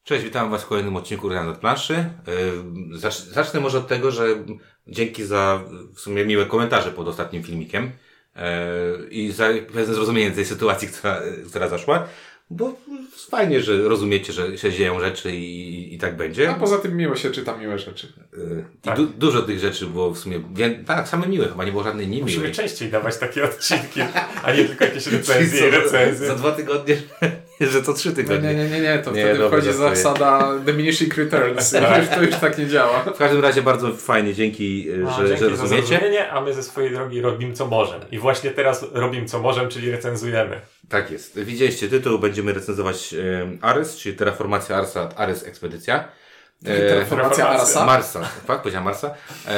Cześć, witam Was w kolejnym odcinku Gry na planszy. Zacznę może od tego, że dzięki za w sumie miłe komentarze pod ostatnim filmikiem i za pewne zrozumienie tej sytuacji, która zaszła, bo fajnie, że rozumiecie, że się dzieją rzeczy i tak będzie. A poza tym miło się czyta miłe rzeczy. Tak. Dużo tych rzeczy było w sumie, tak, same miłe, chyba nie było żadnej niemiłej. Musimy częściej dawać takie odcinki, a nie tylko jakieś recenzje. Za 2 tygodnie, że to 3 tygodnie. Nie, to wtedy wchodzi zasada diminishing returns. To już tak nie działa. W każdym razie bardzo fajnie, dzięki, że rozumiecie. A my ze swojej drogi robimy co możemy. I właśnie teraz robimy co możemy, czyli recenzujemy. Tak jest. Widzieliście tytuł, będziemy recenzować Ares, czyli Terraformacja Arsa, Ares Ekspedycja. Terraformacja Arsa? Marsa, tak? Powiedziałem Marsa.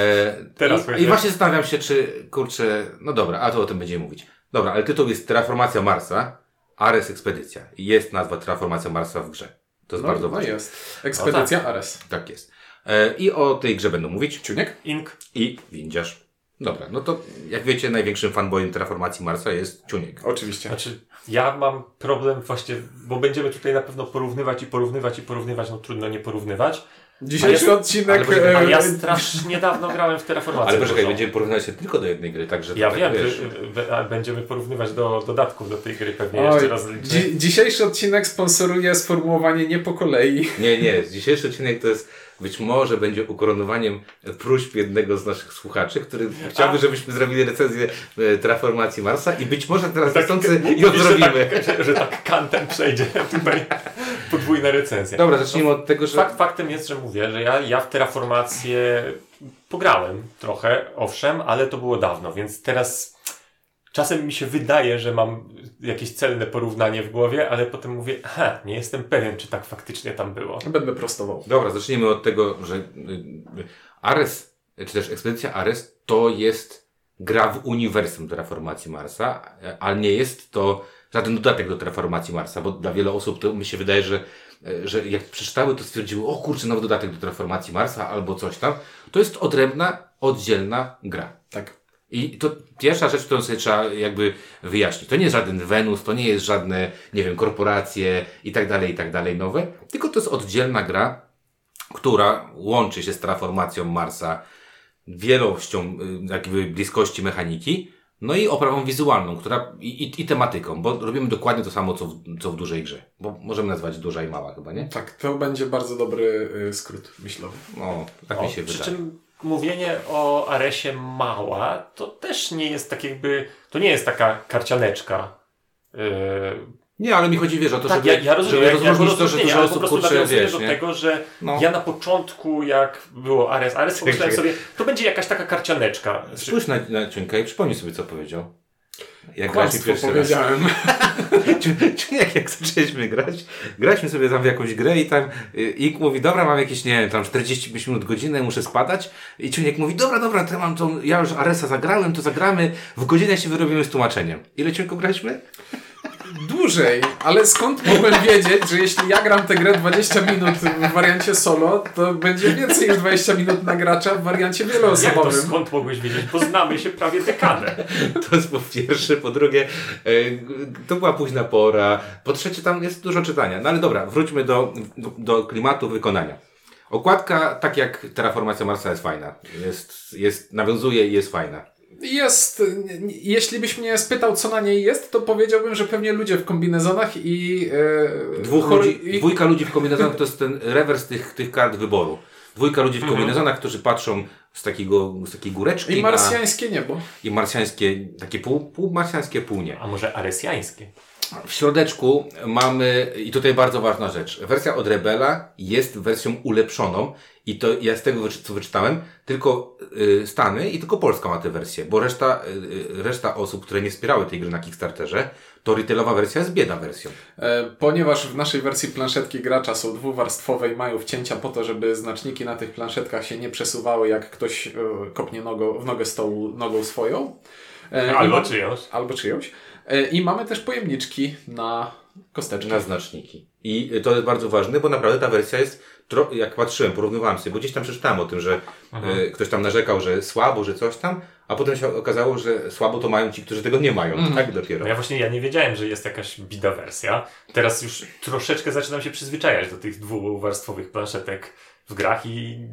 I właśnie zastanawiam się, czy, kurczę, no dobra, a to o tym będziemy mówić. Dobra, ale tytuł jest Terraformacja Marsa, Ares Ekspedycja. I jest nazwa Terraformacja Marsa w grze. To jest bardzo ważne. Jest. Ekspedycja tak. Ares. Tak jest. I o tej grze będą mówić Czuniek, Ink i Windziarz. Dobra, no to jak wiecie, największym fanboyem Terraformacji Marsa jest Czuniek. Oczywiście. Znaczy, ja mam problem właśnie, bo będziemy tutaj na pewno porównywać, no trudno nie porównywać. Dzisiejszy odcinek... Ale ja strasznie dawno grałem w Terraformację. Ale poczekaj, będziemy porównywać się tylko do jednej gry, także... Ja tak, wiem, wiesz. będziemy porównywać do dodatków do tej gry pewnie jeszcze raz. Dzisiejszy odcinek sponsoruje sformułowanie nie po kolei. Nie. Dzisiejszy odcinek to jest... Być może będzie ukoronowaniem próśb jednego z naszych słuchaczy, który chciałby, żebyśmy zrobili recenzję Terraformacji Marsa i być może teraz chcący ją zrobimy. Że tak kantem przejdzie tutaj podwójna recenzja. Dobra, zacznijmy od tego, że... Faktem jest, że mówię, że ja w Terraformację pograłem trochę, owszem, ale to było dawno, więc teraz czasem mi się wydaje, że mam jakieś celne porównanie w głowie, ale potem mówię, nie jestem pewien, czy tak faktycznie tam było. Będę prostował. Dobra, zacznijmy od tego, że Ares, czy też Ekspedycja Ares, to jest gra w uniwersum Terraformacji Marsa, ale nie jest to żaden dodatek do Terraformacji Marsa, bo dla wielu osób to mi się wydaje, że jak przeczytały, to stwierdziły, o kurczę, nowy dodatek do Terraformacji Marsa albo coś tam. To jest odrębna, oddzielna gra. Tak. I to pierwsza rzecz, którą sobie trzeba jakby wyjaśnić. To nie jest żaden Wenus, to nie jest żadne, nie wiem, korporacje i tak dalej nowe, tylko to jest oddzielna gra, która łączy się z terraformacją Marsa, wielością jakby bliskości mechaniki, no i oprawą wizualną, która i tematyką, bo robimy dokładnie to samo, co w dużej grze. Bo możemy nazwać duża i mała chyba, nie? Tak, to będzie bardzo dobry skrót myślowy. No, tak mi się wydaje. Przy czym mówienie o Aresie mała, to też nie jest tak jakby, to nie jest taka karcianeczka. Nie, ale mi chodzi, wiesz, o to, tak, żeby, ja rozumiem, żeby rozróżnić to, że dużo osób, kurczę, wiesz, do nie? tego, że ja na początku, jak było Ares pomyślałem sobie, to będzie jakaś taka karcianeczka. Spójrz na Ciunka i przypomnij sobie, co powiedział. Jak Kłamstwo powiedziałem. Jak zaczęliśmy grać, graliśmy sobie tam w jakąś grę i tam Ink mówi, dobra, mam jakieś, nie wiem, tam 45 minut, godzinę, muszę spadać. I Ciuniek mówi, dobra, to mam tą, ja już Aresa zagrałem, to zagramy, w godzinę się wyrobimy z tłumaczeniem. Ile Ciunku graliśmy? Dłużej, ale skąd mogłem wiedzieć, że jeśli ja gram tę grę 20 minut w wariancie solo, to będzie więcej niż 20 minut na gracza w wariancie wieloosobowym. Jak to skąd mogłeś wiedzieć? Bo znamy się prawie dekadę. To jest po pierwsze, po drugie, to była późna pora, po trzecie tam jest dużo czytania. No ale dobra, wróćmy do klimatu wykonania. Okładka, tak jak Terraformacja Marsa, jest fajna. Nawiązuje i jest fajna. Jeśli byś mnie spytał, co na niej jest, to powiedziałbym, że pewnie ludzie w kombinezonach i... Dwójka ludzi w kombinezonach to jest ten rewers tych kart wyboru. Dwójka ludzi w kombinezonach, którzy patrzą z takiej góreczki. I marsjańskie niebo. I marsjańskie, takie półmarsjańskie, pół nie. A może aresjańskie? W środeczku mamy, i tutaj bardzo ważna rzecz, wersja od Rebela jest wersją ulepszoną i to ja z tego, co wyczytałem, tylko Stany i tylko Polska ma tę wersję, bo reszta osób, które nie wspierały tej gry na Kickstarterze, to retailowa wersja jest bieda wersją. Ponieważ w naszej wersji planszetki gracza są dwuwarstwowe i mają wcięcia po to, żeby znaczniki na tych planszetkach się nie przesuwały, jak ktoś kopnie w nogę stołu nogą swoją. Albo czyjąś. I mamy też pojemniczki na kosteczki. Na znaczniki. I to jest bardzo ważne, bo naprawdę ta wersja jest, jak patrzyłem, porównywałem sobie, bo gdzieś tam przeczytałem o tym, że ktoś tam narzekał, że słabo, że coś tam, a potem się okazało, że słabo to mają ci, którzy tego nie mają. Tak dopiero. No ja nie wiedziałem, że jest jakaś bida wersja. Teraz już troszeczkę zaczynam się przyzwyczajać do tych dwuwarstwowych planszetek w grach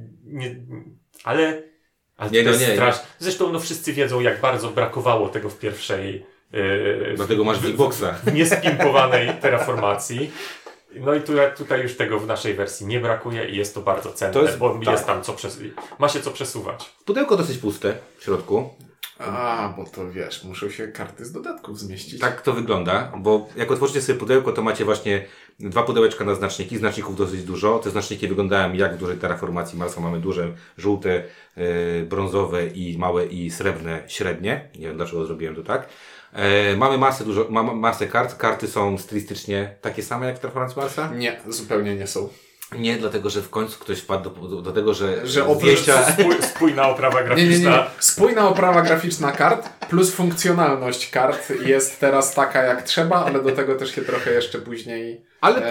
ale to jest straszne. Zresztą wszyscy wiedzą, jak bardzo brakowało tego w pierwszej dlatego masz Big Boxa. W niespimpowanej terraformacji. No i tutaj już tego w naszej wersji nie brakuje i jest to bardzo cenne, bo jest tam ma się co przesuwać. Pudełko dosyć puste w środku. Bo to wiesz, muszą się karty z dodatków zmieścić. Tak to wygląda, bo jak otworzycie sobie pudełko, to macie właśnie 2 pudełeczka na znaczniki, znaczników dosyć dużo. Te znaczniki wyglądają jak w dużej terraformacji Marsa. Mamy duże, żółte, brązowe i małe i srebrne średnie. Nie wiem dlaczego zrobiłem to tak. Mamy masę kart. Karty są stylistycznie takie same jak w terraformacji Marsa? Nie, zupełnie nie są. Nie, dlatego że w końcu ktoś wpadł do tego, że spójna oprawa graficzna. Nie. Spójna oprawa graficzna kart plus funkcjonalność kart jest teraz taka jak trzeba, ale do tego też się trochę jeszcze później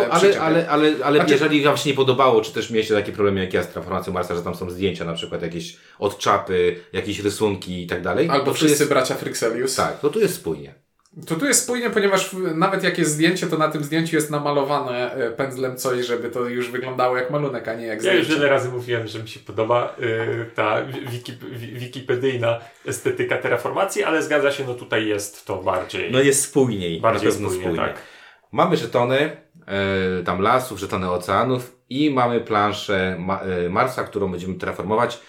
ale jeżeli wam się nie podobało, czy też mieliście takie problemy jak ja z Terraformacją Marsa, że tam są zdjęcia na przykład jakieś od czapy, jakieś rysunki i tak dalej. Albo wszyscy bracia Fryxelius. Tak, to tu jest spójnie. To tu jest spójnie, ponieważ nawet jak jest zdjęcie, to na tym zdjęciu jest namalowane pędzlem coś, żeby to już wyglądało jak malunek, a nie jak zdjęcie. Ja już wiele razy mówiłem, że mi się podoba ta wikipedyjna estetyka terraformacji, ale zgadza się, tutaj jest to bardziej... jest spójniej. Bardziej spójnie, tak. Mamy żetony tam lasów, żetony oceanów i mamy planszę Marsa, którą będziemy terraformować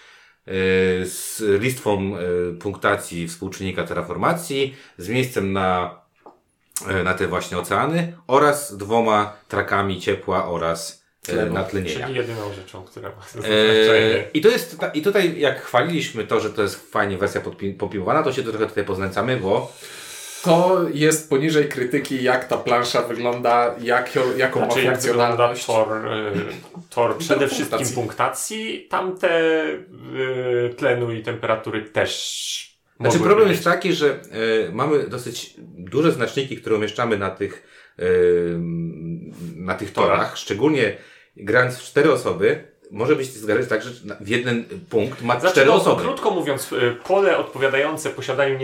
z listwą punktacji współczynnika terraformacji, z miejscem na te właśnie oceany oraz 2 trakami ciepła oraz natlenienia. Czyli jedyną rzeczą, która ma znaczenie. I tutaj jak chwaliliśmy to, że to jest fajnie wersja popimowana, to się trochę tutaj poznęcamy, bo to jest poniżej krytyki, jak ta plansza wygląda, jaką ma funkcjonalność. Tor przede wszystkim punktacji, tamte tlenu i temperatury też. Znaczy problem jest taki, że mamy dosyć duże znaczniki, które umieszczamy na tych torach, szczególnie grając w 4 osoby. Może być zgadzać tak, że w jeden punkt ma 4 osoby. Krótko mówiąc, pole odpowiadające posiadaniu,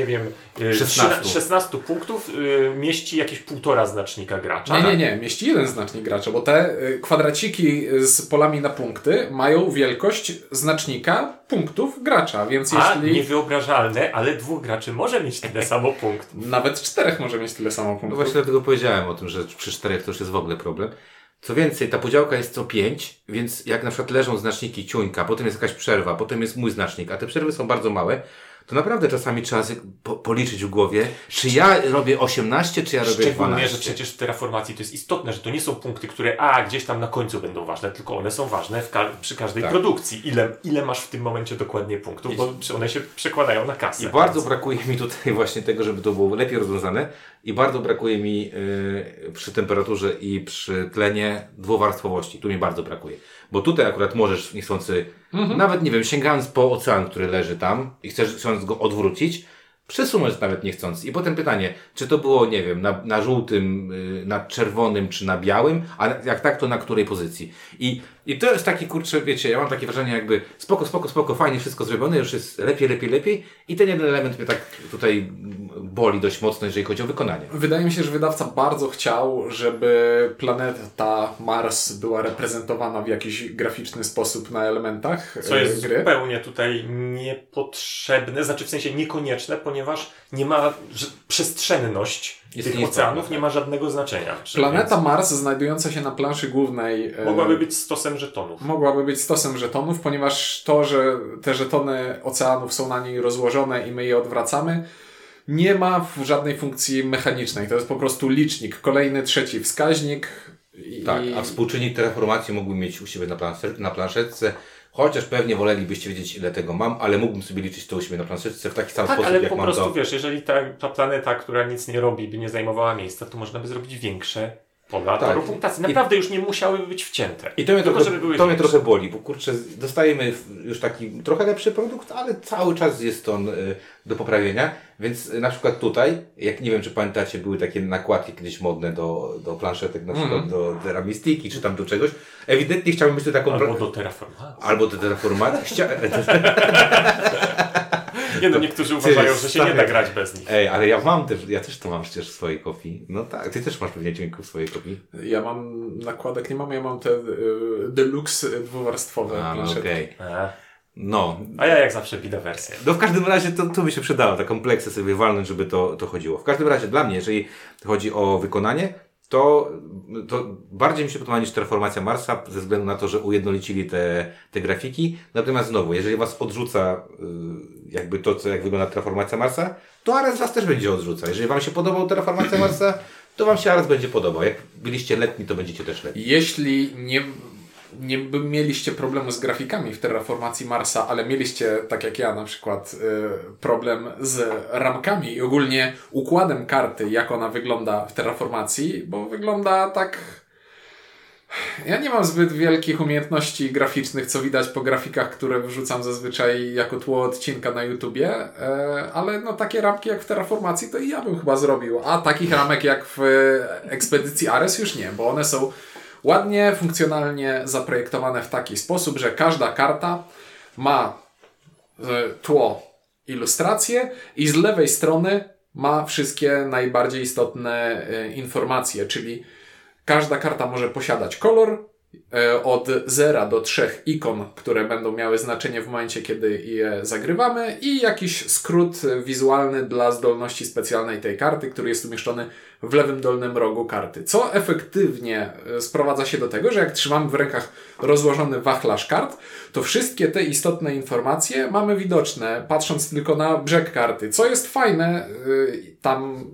16 punktów mieści jakieś 1,5 znacznika gracza. Nie, mieści 1 znacznik gracza, bo te kwadraciki z polami na punkty mają wielkość znacznika punktów gracza, więc jeśli... niewyobrażalne, ale 2 graczy może mieć tyle samo punktów. Nawet 4 może mieć tyle samo punktów. No właśnie dlatego powiedziałem o tym, że przy 4 to już jest w ogóle problem. Co więcej, ta podziałka jest co 5, więc jak na przykład leżą znaczniki ciuńka, potem jest jakaś przerwa, potem jest mój znacznik, a te przerwy są bardzo małe, to naprawdę czasami trzeba policzyć w głowie, czy ja robię 18, czy ja robię 12. Szczególnie, że przecież w terraformacji to jest istotne, że to nie są punkty, które gdzieś tam na końcu będą ważne, tylko one są ważne przy każdej produkcji. Ile masz w tym momencie dokładnie punktów, bo one się przekładają na kasę. I bardzo brakuje mi tutaj właśnie tego, żeby to było lepiej rozwiązane i bardzo brakuje mi przy temperaturze i przy tlenie dwuwarstwowości. Tu mi bardzo brakuje. Bo tutaj akurat możesz niechcący, nawet nie wiem, sięgając po ocean, który leży tam i chcesz go odwrócić, przesunąć nawet niechcący. I potem pytanie, czy to było, nie wiem, na żółtym, na czerwonym, czy na białym, a jak tak, to na której pozycji. I to jest taki, kurczę, wiecie, ja mam takie wrażenie jakby spoko, fajnie wszystko zrobione, już jest lepiej i ten jeden element mnie tak tutaj boli dość mocno, jeżeli chodzi o wykonanie. Wydaje mi się, że wydawca bardzo chciał, żeby planeta Mars była reprezentowana w jakiś graficzny sposób na elementach co jest gry. Zupełnie tutaj niepotrzebne, znaczy w sensie niekonieczne, ponieważ nie ma przestrzenność tych oceanów nie ma żadnego znaczenia. Planeta Mars znajdująca się na planszy głównej mogłaby być stosem żetonów. Mogłaby być stosem żetonów, ponieważ to, że te żetony oceanów są na niej rozłożone i my je odwracamy, nie ma żadnej funkcji mechanicznej. To jest po prostu licznik. Kolejny, 3 wskaźnik. A współczynnik terraformacji mógłbym mieć u siebie na planszetce. Chociaż pewnie wolelibyście wiedzieć, ile tego mam, ale mógłbym sobie liczyć to u siebie na planszetce w taki sam sposób, ale jak po mam prostu to. Wiesz, jeżeli ta planeta, która nic nie robi, by nie zajmowała miejsca, to można by zrobić większe pola toru punktacji. Naprawdę już nie musiały być wcięte. I to mnie, tylko, to mnie trochę boli, bo kurczę, dostajemy już taki trochę lepszy produkt, ale cały czas jest on do poprawienia, więc na przykład tutaj, jak nie wiem, czy pamiętacie, były takie nakładki kiedyś modne do planszetek, na przykład do Terramistiki, czy tam do czegoś. Ewidentnie chciałbym mieć taką... Albo do Terraformacji. Albo do Terraformacji. Nie no, niektórzy uważają, że się nie da grać bez nich. Ej, ale ja też to mam przecież w swojej kopii. No tak, ty też masz pewnie dźwięków w swojej kopii. Ja mam nakładek, nie mam, ja mam te deluxe dwuwarstwowe planszety. Okej. No. A ja jak zawsze bida wersję. No w każdym razie to by się przydało, te kompleksy sobie walnąć, żeby to chodziło. W każdym razie dla mnie, jeżeli chodzi o wykonanie, to bardziej mi się podoba niż Terraformacja Marsa, ze względu na to, że ujednolicili te grafiki. Natomiast znowu, jeżeli was odrzuca jakby to, jak wygląda Terraformacja Marsa, to Ares was też będzie odrzucał. Jeżeli wam się podobał Terraformacja Marsa, to wam się Ares będzie podobał. Jak byliście letni, to będziecie też letni. Jeśli nie mieliście problemu z grafikami w Terraformacji Marsa, ale mieliście, tak jak ja na przykład, problem z ramkami i ogólnie układem karty, jak ona wygląda w Terraformacji, bo wygląda tak... Ja nie mam zbyt wielkich umiejętności graficznych, co widać po grafikach, które wrzucam zazwyczaj jako tło odcinka na YouTubie, ale no takie ramki jak w Terraformacji to i ja bym chyba zrobił, a takich ramek jak w Ekspedycji Ares już nie, bo one są ładnie, funkcjonalnie zaprojektowane w taki sposób, że każda karta ma tło, ilustrację i z lewej strony ma wszystkie najbardziej istotne informacje, czyli każda karta może posiadać kolor, od 0 do 3 ikon, które będą miały znaczenie w momencie, kiedy je zagrywamy i jakiś skrót wizualny dla zdolności specjalnej tej karty, który jest umieszczony w lewym dolnym rogu karty. Co efektywnie sprowadza się do tego, że jak trzymamy w rękach rozłożony wachlarz kart, to wszystkie te istotne informacje mamy widoczne, patrząc tylko na brzeg karty. Co jest fajne, tam...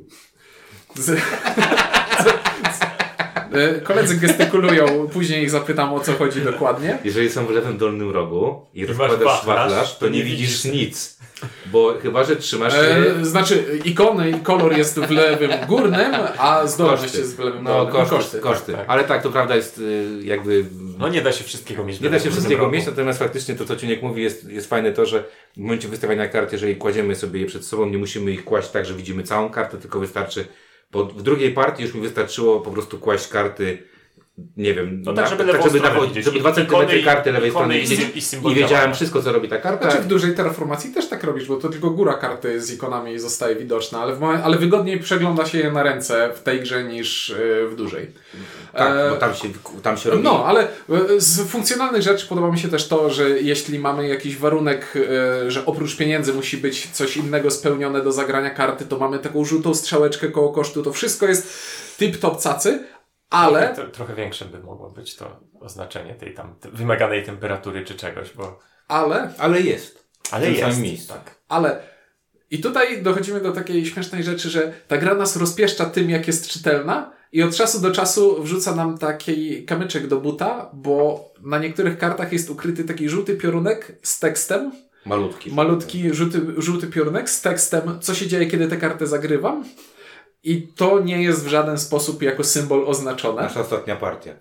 Koledzy gestykulują, później ich zapytam, o co chodzi dokładnie. Jeżeli są w lewym dolnym rogu i rozkładasz wachlarz, to nie widzisz nic. Bo chyba, że trzymasz się... Znaczy ikony i kolor jest w lewym górnym, a zdolność jest w lewym dolnym. Koszty. Tak. Ale tak, to prawda jest jakby... No nie da się wszystkiego mieć. Nie da się wszystkiego mieć, natomiast faktycznie to, co Ciuniek mówi, jest fajne to, że w momencie wystawiania kart, jeżeli kładziemy sobie je przed sobą, nie musimy ich kłaść tak, że widzimy całą kartę, tylko wystarczy... Bo w drugiej partii już mi wystarczyło po prostu kłaść karty, nie wiem, no tak, żeby 2 cm karty lewej strony widzieć i wiedziałem wszystko, co robi ta karta. Znaczy w dużej Terraformacji też tak robisz, bo to tylko góra karty z ikonami zostaje widoczna, ale wygodniej przegląda się je na ręce w tej grze niż w dużej. Tak, bo tam się robi... No, ale z funkcjonalnych rzeczy podoba mi się też to, że jeśli mamy jakiś warunek, że oprócz pieniędzy musi być coś innego spełnione do zagrania karty, to mamy taką żółtą strzałeczkę koło kosztu, to wszystko jest tip-top cacy, ale... Trochę większe by mogło być to oznaczenie tej tam wymaganej temperatury czy czegoś, bo... Ale jest. Ale jest. Miejscu. Tak. Ale... I tutaj dochodzimy do takiej śmiesznej rzeczy, że ta gra nas rozpieszcza tym, jak jest czytelna i od czasu do czasu wrzuca nam taki kamyczek do buta, bo na niektórych kartach jest ukryty taki żółty piorunek z tekstem. Malutki żółty piorunek z tekstem, co się dzieje, kiedy tę kartę zagrywam. I to nie jest w żaden sposób jako symbol oznaczone. Nasza ostatnia partia.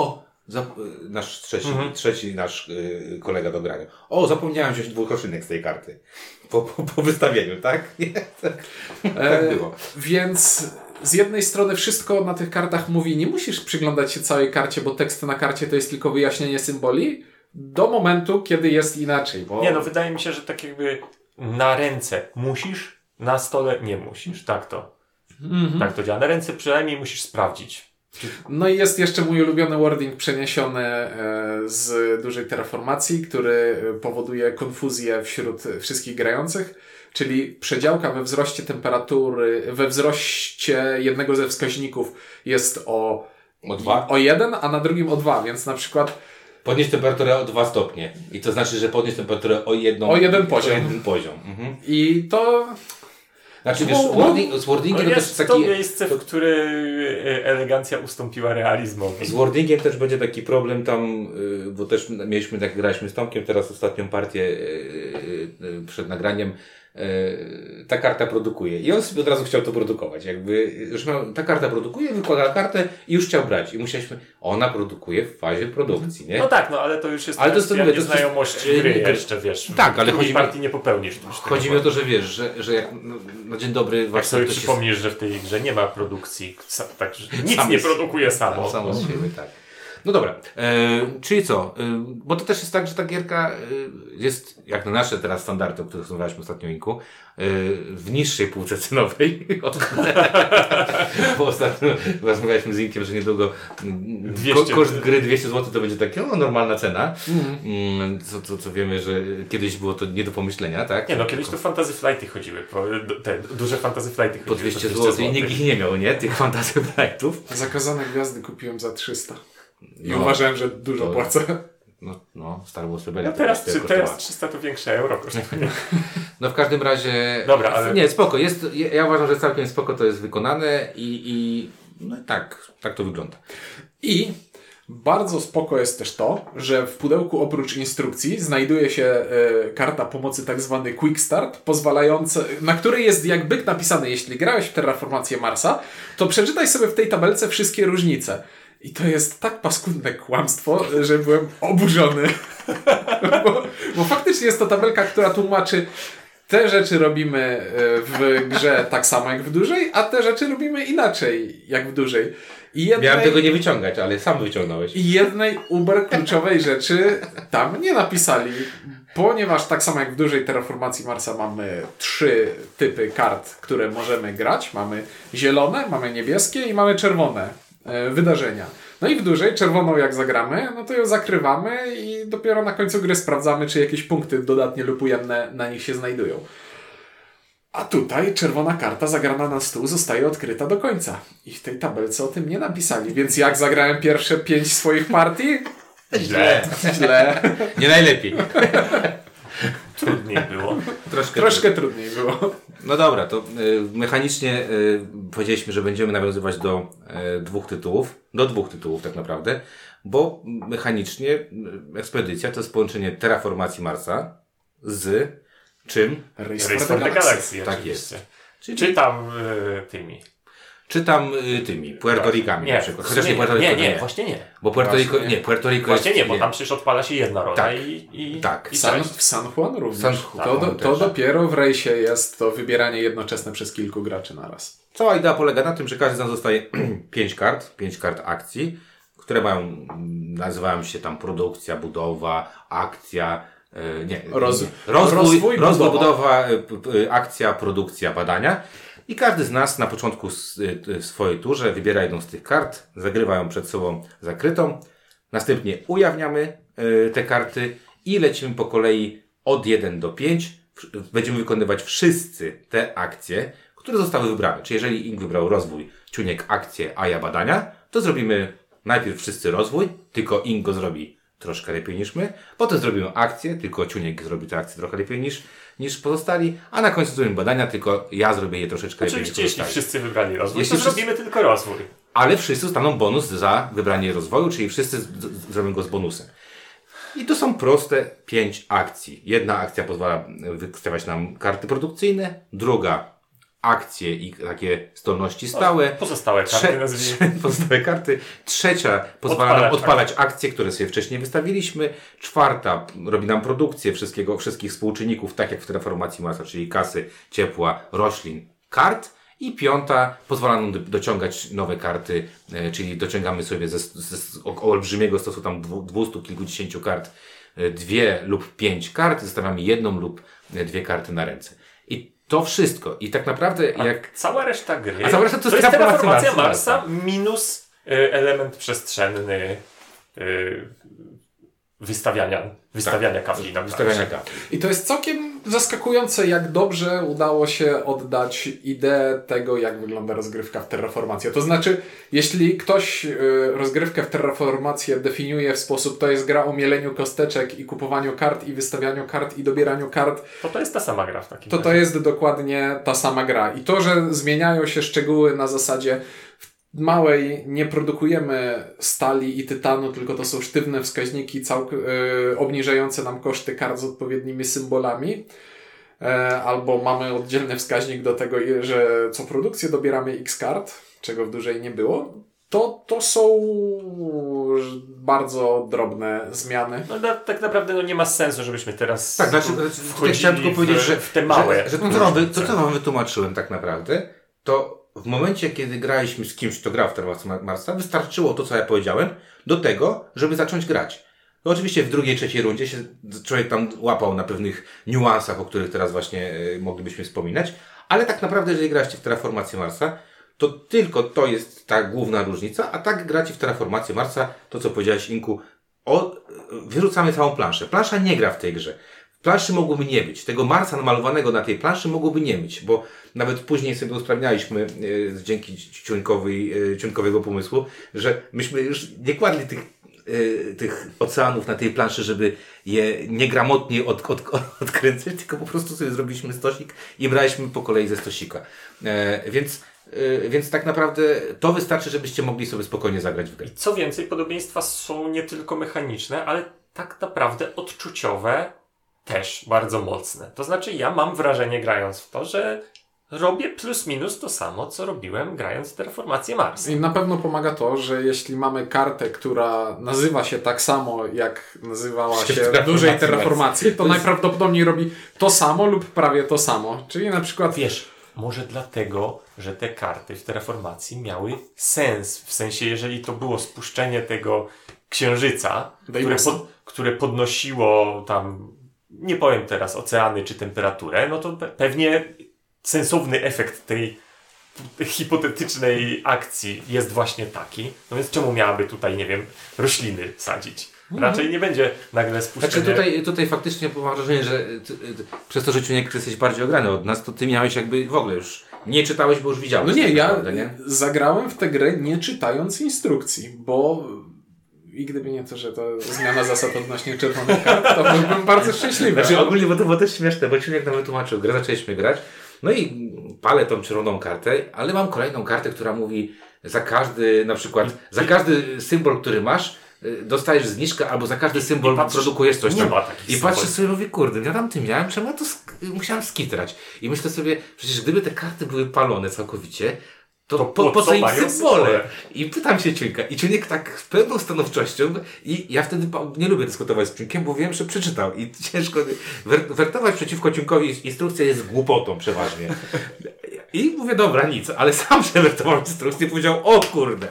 Nasz trzeci nasz kolega do grania. Zapomniałem wziąć 2 koszynek z tej karty. Po wystawieniu, tak? Nie? Tak było. Więc z jednej strony wszystko na tych kartach mówi, nie musisz przyglądać się całej karcie, bo tekst na karcie to jest tylko wyjaśnienie symboli, do momentu, kiedy jest inaczej. Bo... Nie, no wydaje mi się, że tak jakby na ręce musisz, na stole nie musisz. Tak to działa. Na ręce przynajmniej musisz sprawdzić. No i jest jeszcze mój ulubiony wording przeniesiony z dużej Terraformacji, który powoduje konfuzję wśród wszystkich grających, czyli przedziałka we wzroście temperatury, we wzroście jednego ze wskaźników jest o 2? O 1, a na drugim o 2, więc na przykład podnieść temperaturę o 2 stopnie. I to znaczy, że podnieść temperaturę o jeden poziom. Mhm. I to... Znaczy, wiesz, z wordingiem to też jest taki... to miejsce, w którym elegancja ustąpiła realizmowi. Z wordingiem też będzie taki problem tam, bo też mieliśmy, tak graliśmy z Tomkiem teraz ostatnią partię przed nagraniem, ta karta produkuje. I on sobie od razu chciał to produkować. Jakby, już ta karta produkuje, wykłada kartę i już chciał brać. I musieliśmy, ona produkuje w fazie produkcji, nie? No tak, no ale to już jest znajomość gry jeszcze, wiesz. Tak, ale chodzi partii nie popełnisz. Chodzi mi o to, że wiesz, że jak na dzień dobry... Jak sobie przypomnisz, że w tej grze nie ma produkcji, tak, że nic nie produkuje samo. Samo z siebie, tak. No dobra, czyli co? Bo to też jest tak, że ta gierka jest, jak na nasze teraz standardy, o których rozmawialiśmy ostatnio, Inku, w niższej półce cenowej. Bo ostatnio rozmawialiśmy z Inkiem, że niedługo koszt gry 200 zł to będzie taka normalna cena. Co wiemy, że kiedyś było to nie do pomyślenia, tak? Nie no, kiedyś to Fantasy Flighty chodziły, te duże Fantasy Flighty po 200 zł i nikt ich nie miał, nie? Tych Fantasy Flightów. Zakazane gwiazdy kupiłem za 300. I uważałem, że dużo płacę. No, Star Wars Rebellion. No teraz 300 to większe euro kosztuje. No w każdym razie... Dobra, ale... Nie, spoko. Ja uważam, że całkiem spoko to jest wykonane i no tak to wygląda. I bardzo spoko jest też to, że w pudełku oprócz instrukcji znajduje się karta pomocy tak zwany Quick Start, na której jest jak byk napisane, jeśli grałeś w Terraformację Marsa, to przeczytaj sobie w tej tabelce wszystkie różnice. I to jest tak paskudne kłamstwo, że byłem oburzony. bo faktycznie jest to tabelka, która tłumaczy, te rzeczy robimy w grze tak samo jak w dużej, a te rzeczy robimy inaczej jak w dużej. Miałem tego nie wyciągać, ale sam wyciągnąłeś. I jednej uber kluczowej rzeczy tam nie napisali, ponieważ tak samo jak w dużej Terraformacji Marsa mamy 3 typy kart, które możemy grać. Mamy zielone, mamy niebieskie i mamy czerwone wydarzenia. No i w dużej, czerwoną jak zagramy, no to ją zakrywamy i dopiero na końcu gry sprawdzamy, czy jakieś punkty dodatnie lub ujemne na nich się znajdują. A tutaj czerwona karta zagrana na stół zostaje odkryta do końca. I w tej tabelce o tym nie napisali, więc jak zagrałem pierwsze 5 swoich partii? Źle. Nie najlepiej. Trudniej było. Troszkę trudniej było. No dobra, to mechanicznie powiedzieliśmy, że będziemy nawiązywać do 2 tytułów. Do 2 tytułów tak naprawdę. Bo mechanicznie Ekspedycja to jest połączenie Terraformacji Marsa z czym? Race for the Galaxy. Tak jest. Czy tam tymi. Czy tam tymi, Puerto Ricami na przykład. Chociaż nie, Puerto Rico nie. Właśnie nie. Bo Puerto Rico, Puerto Rico właśnie jest... nie, bo tam przecież odpala się jedna rola tak, i tak. W San Juan również. To dopiero w rejsie jest to wybieranie jednoczesne przez kilku graczy naraz. Cała idea polega na tym, że każdy z nas dostaje 5 kart akcji, które nazywają się tam produkcja, budowa, akcja, rozwój, budowa, akcja, produkcja, badania. I każdy z nas na początku w swojej turze wybiera jedną z tych kart, zagrywa ją przed sobą zakrytą, następnie ujawniamy te karty i lecimy po kolei od 1 do 5. Będziemy wykonywać wszyscy te akcje, które zostały wybrane. Czyli jeżeli Ink wybrał rozwój, Ciuniek akcję, a ja badania, to zrobimy najpierw wszyscy rozwój, tylko Ink go zrobi troszkę lepiej niż my. Potem zrobimy akcję, tylko Ciuniek zrobi te akcje trochę lepiej niż pozostali, a na końcu zrobimy badania, tylko ja zrobię je troszeczkę lepiej niż pozostali. Jeśli wszyscy wybrali rozwój, to zrobimy tylko rozwój. Ale wszyscy dostaną bonus za wybranie rozwoju, czyli wszyscy zrobią go z bonusem. I to są proste 5 akcji. Jedna akcja pozwala wystawiać nam karty produkcyjne, druga akcje i takie zdolności stałe. Pozostałe karty nazwijmy. Pozostałe karty. Trzecia pozwala nam odpalać akcje, które sobie wcześniej wystawiliśmy. Czwarta robi nam produkcję wszystkich współczynników, tak jak w Terraformacji Marsa, czyli kasy, ciepła, roślin, kart. I piąta pozwala nam dociągać nowe karty, czyli dociągamy sobie z olbrzymiego stosu tam 200 kilkudziesięciu kart 2 lub 5 kart, zostawiamy 1 lub 2 karty na ręce. I to wszystko. I tak naprawdę jak... Cała reszta gry... A cała reszta to jest Terraformacja Marsa minus element przestrzenny wystawiania kafli. Wystawiania kafli. I to jest całkiem zaskakujące, jak dobrze udało się oddać ideę tego, jak wygląda rozgrywka w Terraformację. To znaczy, jeśli ktoś rozgrywkę w Terraformację definiuje w sposób, to jest gra o mieleniu kosteczek i kupowaniu kart i wystawianiu kart i dobieraniu kart, to jest ta sama gra w takim razie. To jest dokładnie ta sama gra. I to, że zmieniają się szczegóły na zasadzie małej nie produkujemy stali i tytanu, tylko to są sztywne wskaźniki obniżające nam koszty kart z odpowiednimi symbolami. albo mamy oddzielny wskaźnik do tego, że co produkcję dobieramy X kart, czego w dużej nie było, to są bardzo drobne zmiany. No tak naprawdę nie ma sensu, żebyśmy teraz chciałem tylko powiedzieć, że w te małe. Że to, co wam wytłumaczyłem tak naprawdę, to w momencie, kiedy graliśmy z kimś, kto grał w Terraformacji Marsa, wystarczyło to, co ja powiedziałem, do tego, żeby zacząć grać. No oczywiście w drugiej, trzeciej rundzie się człowiek tam łapał na pewnych niuansach, o których teraz właśnie moglibyśmy wspominać, ale tak naprawdę, jeżeli gracie w Terraformację Marsa, to tylko to jest ta główna różnica, a tak gracie w Terraformację Marsa, to co powiedziałeś, Inku, wyrzucamy całą planszę. Plansza nie gra w tej grze. Planszy mogłoby nie być. Tego Marsa namalowanego na tej planszy mogłoby nie być, bo nawet później sobie usprawnialiśmy dzięki ciunkowego pomysłu, że myśmy już nie kładli tych oceanów na tej planszy, żeby je niegramotnie odkręcać, tylko po prostu sobie zrobiliśmy stosik i braliśmy po kolei ze stosika. Więc tak naprawdę to wystarczy, żebyście mogli sobie spokojnie zagrać w grę. I co więcej, podobieństwa są nie tylko mechaniczne, ale tak naprawdę odczuciowe też bardzo mocne. To znaczy ja mam wrażenie, grając w to, że robię plus minus to samo, co robiłem grając w Terraformację Marsa. I na pewno pomaga to, że jeśli mamy kartę, która nazywa się tak samo, jak nazywała się w dużej terraformacji, to najprawdopodobniej robi to samo lub prawie to samo. Czyli na przykład... Wiesz, może dlatego, że te karty w Terraformacji miały sens. W sensie, jeżeli to było spuszczenie tego księżyca, które podnosiło tam, nie powiem teraz, oceany czy temperaturę, no to pewnie sensowny efekt tej hipotetycznej akcji jest właśnie taki. No więc czemu miałaby tutaj, nie wiem, rośliny sadzić? Raczej nie będzie nagle spuszczenie... Znaczy tutaj faktycznie mam wrażenie, że przez to, że Ciuniek jesteś bardziej ograny od nas, to ty miałeś jakby w ogóle już... Nie czytałeś, bo już widziałeś. No nie, ja zagrałem w tę grę nie czytając instrukcji, bo... I gdyby nie to, że to zmiana zasad odnośnie czerwonych kart, to byłbym bardzo szczęśliwy. Znaczy ogólnie, bo to było też śmieszne, bo Ciuniek nam wytłumaczył grę, zaczęliśmy grać, no i palę tą czerwoną kartę, ale mam kolejną kartę, która mówi za każdy, na przykład, za każdy symbol, który masz, dostajesz zniżkę, albo za każdy symbol produkujesz coś tam. I patrzę sobie i mówię, kurde, ja tam tym miałem, czemu ja to musiałem skitrać. I myślę sobie, przecież gdyby te karty były palone całkowicie, to po co im symbole? I pytam się Ciuńka. I Ciuńek tak z pełną stanowczością i ja wtedy nie lubię dyskutować z Ciuńkiem, bo wiem, że przeczytał. I ciężko wertować przeciwko Ciuńkowi instrukcja jest głupotą przeważnie. I mówię, dobra, nic, ale sam przewertował instrukcję i powiedział, o kurde,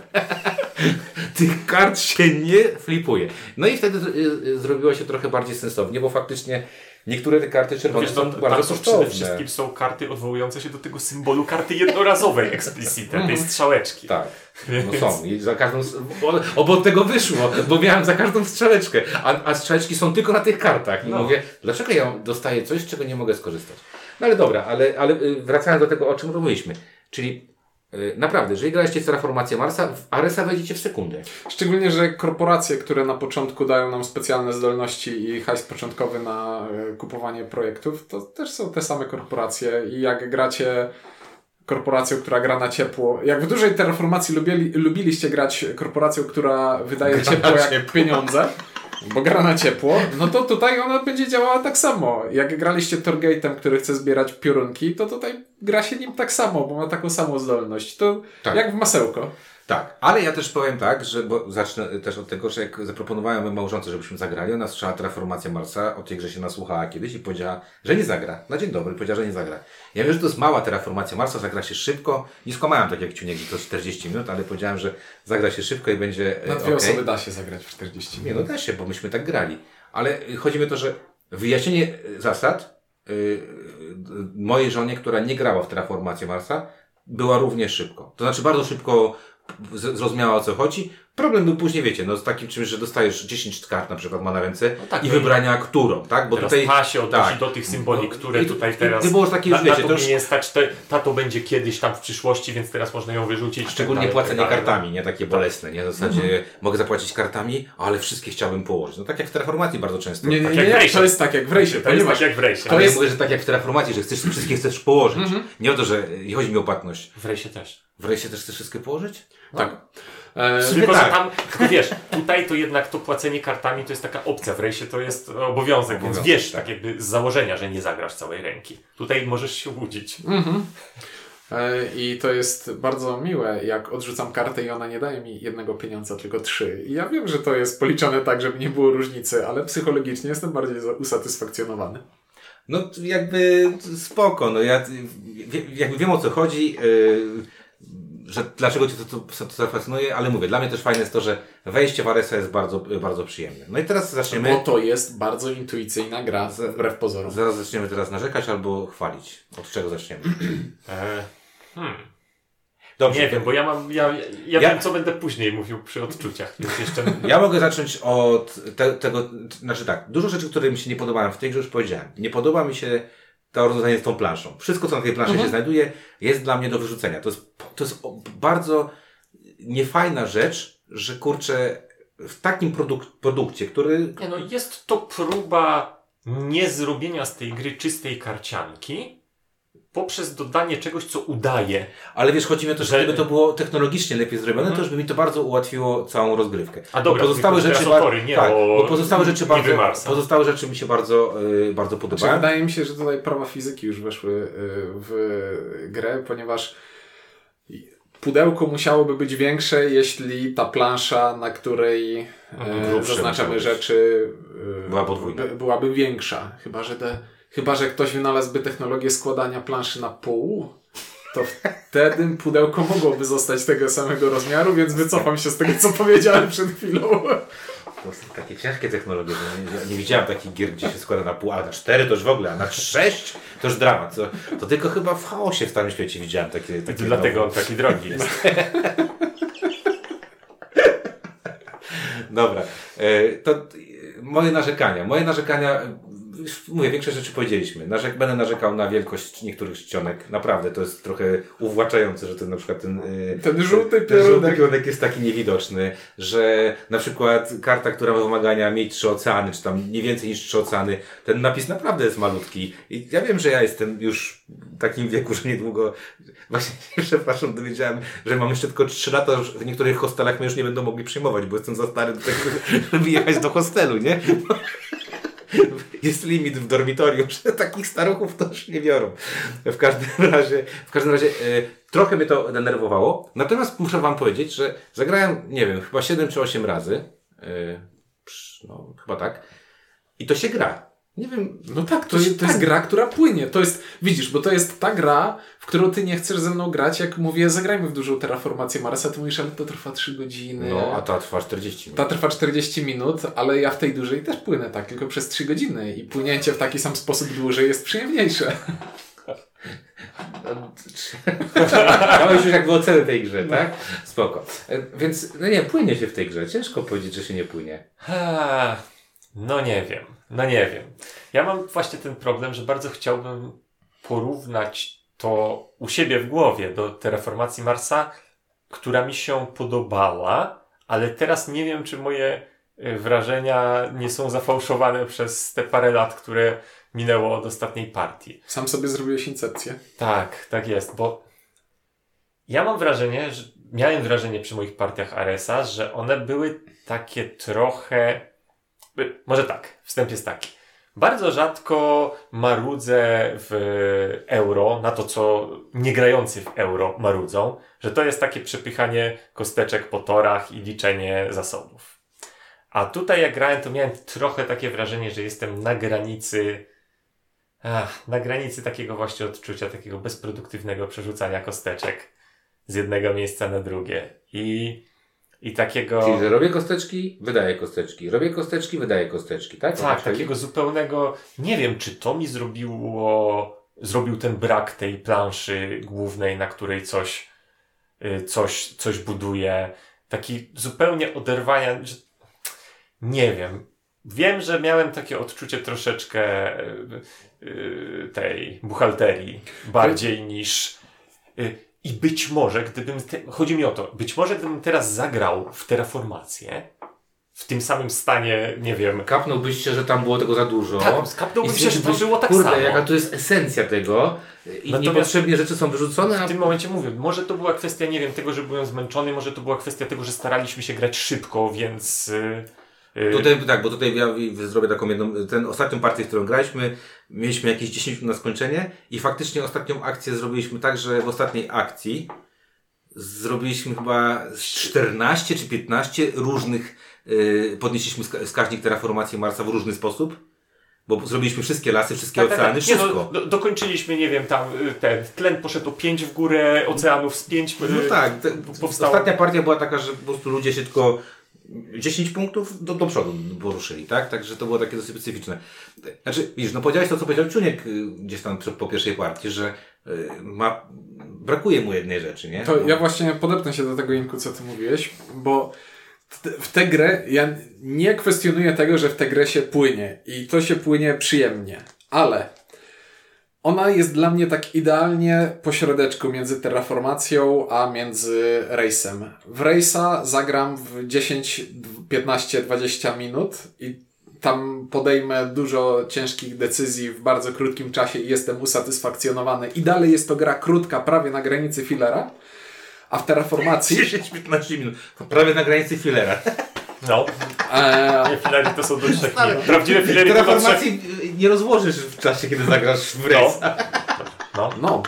tych kart się nie flipuje. No i wtedy zrobiło się trochę bardziej sensownie, bo faktycznie niektóre te karty czerwone są bardzo kosztowne. Przede wszystkim są karty odwołujące się do tego symbolu karty jednorazowej explicite, tej strzałeczki. Tak, no są. I za każdą... Bo od tego wyszło, bo miałem za każdą strzałeczkę, a strzałeczki są tylko na tych kartach. I mówię, dlaczego ja dostaję coś, z czego nie mogę skorzystać? No ale dobra, ale wracając do tego, o czym mówiliśmy. Czyli naprawdę, jeżeli graliście w Terraformację Marsa, w Aresa wejdziecie w sekundę. Szczególnie, że korporacje, które na początku dają nam specjalne zdolności i hajs początkowy na kupowanie projektów, to też są te same korporacje i jak gracie korporacją, która gra na ciepło, jak w dużej Terraformacji lubiliście grać korporacją, która wydaje ciepło jak pieniądze, bo gra na ciepło, no to tutaj ona będzie działała tak samo. Jak graliście Torgate'em, który chce zbierać piorunki, to tutaj gra się nim tak samo, bo ma taką samą zdolność. To tak. Jak w masełko. Tak, ale ja też powiem tak, że bo zacznę też od tego, że jak zaproponowałem małżonce, żebyśmy zagrali, ona słyszała Terraformacja Marsa, o tej grze się nasłuchała kiedyś i powiedziała, że nie zagra. Na dzień dobry powiedziała, że nie zagra. Ja wiem, że to jest mała Terraformacja Marsa, zagra się szybko. Nie skłamałem tak jak Ciuniek, to 40 minut, ale powiedziałem, że zagra się szybko i będzie na dwie osoby da się zagrać w 40 minut. Nie, no da się, bo myśmy tak grali. Ale chodzi mi o to, że wyjaśnienie zasad mojej żonie, która nie grała w Terraformację Marsa, była również szybko. To znaczy bardzo szybko zrozumiała, o co chodzi. Problem był później, wiecie, no z takim czymś, że dostajesz 10 kart na przykład ma na ręce i wybrania którą, tak? Bo tutaj ta się odnosi do tych symboli, które tutaj teraz... Nie było takie już, wiecie, to już nie stać, to będzie kiedyś tam w przyszłości, więc teraz można ją wyrzucić. Szczególnie płacenie kartami, nie? Takie bolesne, nie? W zasadzie mogę zapłacić kartami, ale wszystkie chciałbym położyć. No tak jak w Terraformacji bardzo często. Nie, to jest tak jak w Rejsie. To jest tak jak w Rejsie. Ja mówię, że tak jak w Terraformacji, że wszystkie chcesz położyć. Nie o to, że chodzi mi o płatność. W Rejsie też. W rejsie też chcesz wszystkie położyć? Tak. Tylko, że tak. tam, tylko wiesz, tutaj to jednak to płacenie kartami to jest taka opcja, w rejsie to jest obowiązek, więc wiesz tak jakby z założenia, że nie zagrasz całej ręki. Tutaj możesz się łudzić. I to jest bardzo miłe, jak odrzucam kartę i ona nie daje mi 1 pieniądza, tylko 3. I ja wiem, że to jest policzone tak, żeby nie było różnicy, ale psychologicznie jestem bardziej usatysfakcjonowany. No jakby spoko, no ja jakby wiem o co chodzi, że dlaczego Cię to fascynuje, ale mówię, dla mnie też fajne jest to, że wejście w Aresa jest bardzo, bardzo przyjemne. No i teraz zaczniemy... Bo to jest bardzo intuicyjna gra, wbrew pozorom. Zaraz zaczniemy teraz narzekać albo chwalić. Od czego zaczniemy? Dobrze. Nie wiem, bo ja wiem, co będę później mówił przy odczuciach, więc jeszcze... Ja mogę zacząć od tego, znaczy tak, dużo rzeczy, które mi się nie podobają w tej grze, już powiedziałem. Nie podoba mi się to rozwiązanie z tą planszą. Wszystko, co na tej planszy się znajduje, jest dla mnie do wyrzucenia. To jest bardzo niefajna rzecz, że kurczę, w takim produkcie, który... Nie no, jest to próba nie zrobienia z tej gry czystej karcianki, poprzez dodanie czegoś, co udaje. Ale wiesz, chodzi mi o to, że gdyby to było technologicznie lepiej zrobione, to już by mi to bardzo ułatwiło całą rozgrywkę. A dobra, pozostałe rzeczy bo pozostałe rzeczy mi się bardzo podobają. Znaczy, wydaje mi się, że tutaj prawa fizyki już weszły w grę, ponieważ pudełko musiałoby być większe, jeśli ta plansza, na której zaznaczamy rzeczy, była podwójna. Byłaby większa. Chyba, że ktoś wynalazłby technologię składania planszy na pół, to wtedy pudełko mogłoby zostać tego samego rozmiaru, więc wycofam się z tego, co powiedziałem przed chwilą. To są takie ciężkie technologie. Ja nie widziałem takich gier, gdzie się składa na pół, ale na 4 to już w ogóle, a na 6 to już dramat. To tylko chyba w Chaosie w Starym Świecie widziałem takie dlatego on taki drogi jest. Dobra. To moje narzekania. Mówię, większość rzeczy powiedzieliśmy. Będę narzekał na wielkość niektórych czcionek. Naprawdę, to jest trochę uwłaczające, że na przykład ten żółty piorunek jest taki niewidoczny, że na przykład karta, która ma wymagania mieć 3 oceany, czy tam nie więcej niż 3 oceany, ten napis naprawdę jest malutki. I ja wiem, że ja jestem już w takim wieku, że niedługo, właśnie przepraszam, dowiedziałem, że mam jeszcze tylko 3 lata, w niektórych hostelach mnie już nie będą mogli przyjmować, bo jestem za stary do tego, żeby jechać do hostelu, nie? Jest limit w dormitorium, że takich staruchów to już nie biorą. W każdym razie trochę mnie to denerwowało. Natomiast muszę wam powiedzieć, że zagrałem, nie wiem, chyba 7 czy 8 razy. No, chyba tak. I to się gra. Nie wiem. No tak, to jest gra, która płynie. To jest, widzisz, bo to jest ta gra, w którą ty nie chcesz ze mną grać. Jak mówię, zagrajmy w dużą terraformację Marsa, to mówisz, ale to trwa 3 godziny. No, a ta trwa 40 minut. Ta trwa 40 minut, ale ja w tej dużej też płynę tak, tylko przez 3 godziny. I płynięcie w taki sam sposób dłużej jest przyjemniejsze. Dałeś już jakby ocenę tej grze, tak? Spoko. Więc, no nie, płynie się w tej grze. Ciężko powiedzieć, że się nie płynie. No nie wiem. Ja mam właśnie ten problem, że bardzo chciałbym porównać to u siebie w głowie do terraformacji Marsa, która mi się podobała, ale teraz nie wiem, czy moje wrażenia nie są zafałszowane przez te parę lat, które minęło od ostatniej partii. Sam sobie zrobiłeś incepcję. Tak jest, bo ja miałem wrażenie przy moich partiach Aresa, że one były takie trochę... Może tak, wstęp jest taki. Bardzo rzadko marudzę w euro, na to co niegrający w euro marudzą, że to jest takie przepychanie kosteczek po torach i liczenie zasobów. A tutaj jak grałem, to miałem trochę takie wrażenie, że jestem na granicy takiego właśnie odczucia, takiego bezproduktywnego przerzucania kosteczek z jednego miejsca na drugie. I takiego... Czyli, że robię kosteczki, wydaję kosteczki. Robię kosteczki, wydaję kosteczki, tak? Tak, takiego zupełnego... Nie wiem, czy to mi zrobił ten brak tej planszy głównej, na której coś buduje. Taki zupełnie oderwania... Że... Nie wiem. Wiem, że miałem takie odczucie troszeczkę tej buchalterii bardziej niż... I być może, chodzi mi o to, być może gdybym teraz zagrał w terraformację, w tym samym stanie, nie wiem. Kapnąłbyś się, że tam było tego za dużo. Tak, skapnąłbym się, że tam było tak kurde, samo. Jaka to jest esencja tego i Natomiast niepotrzebnie rzeczy są wyrzucone. W tym momencie mówię, może to była kwestia, nie wiem, tego, że byłem zmęczony, może to była kwestia tego, że staraliśmy się grać szybko, więc... Tutaj, tak, bo tutaj ja zrobię taką jedną, ostatnią partię, którą graliśmy, mieliśmy jakieś 10 minut na skończenie i faktycznie ostatnią akcję zrobiliśmy tak, że w ostatniej akcji zrobiliśmy chyba 14 czy 15 różnych, podnieśliśmy wskaźnik terraformacji Marsa w różny sposób, bo zrobiliśmy wszystkie lasy, wszystkie oceany, wszystko. Nie, dokończyliśmy, nie wiem, tam tlen poszedł o 5 w górę, oceanów z 5 No tak, powstało. ostatnia partia była taka, że po prostu ludzie się tylko 10 punktów do przodu poruszyli, tak? Także to było takie dosyć specyficzne. Znaczy, widzisz, no powiedziałeś to, co powiedział Ciuniek gdzieś tam po pierwszej partii, że brakuje mu jednej rzeczy, nie? To ja właśnie podepnę się do tego, Inku, co ty mówiłeś, bo w tę grę ja nie kwestionuję tego, że w tę grę się płynie i to się płynie przyjemnie, ale ona jest dla mnie tak idealnie pośrodeczku między terraformacją, a między Race'em. W Race'a zagram w 10, 15, 20 minut i tam podejmę dużo ciężkich decyzji w bardzo krótkim czasie i jestem usatysfakcjonowany. I dalej jest to gra krótka, prawie na granicy fillera, a w terraformacji... 10-15 minut, prawie na granicy fillera. No. Nie, filery to są do 3 minut. Prawdziwe filery to do 3. Terraformacji nie rozłożysz w czasie, kiedy zagrasz w Race'a. No.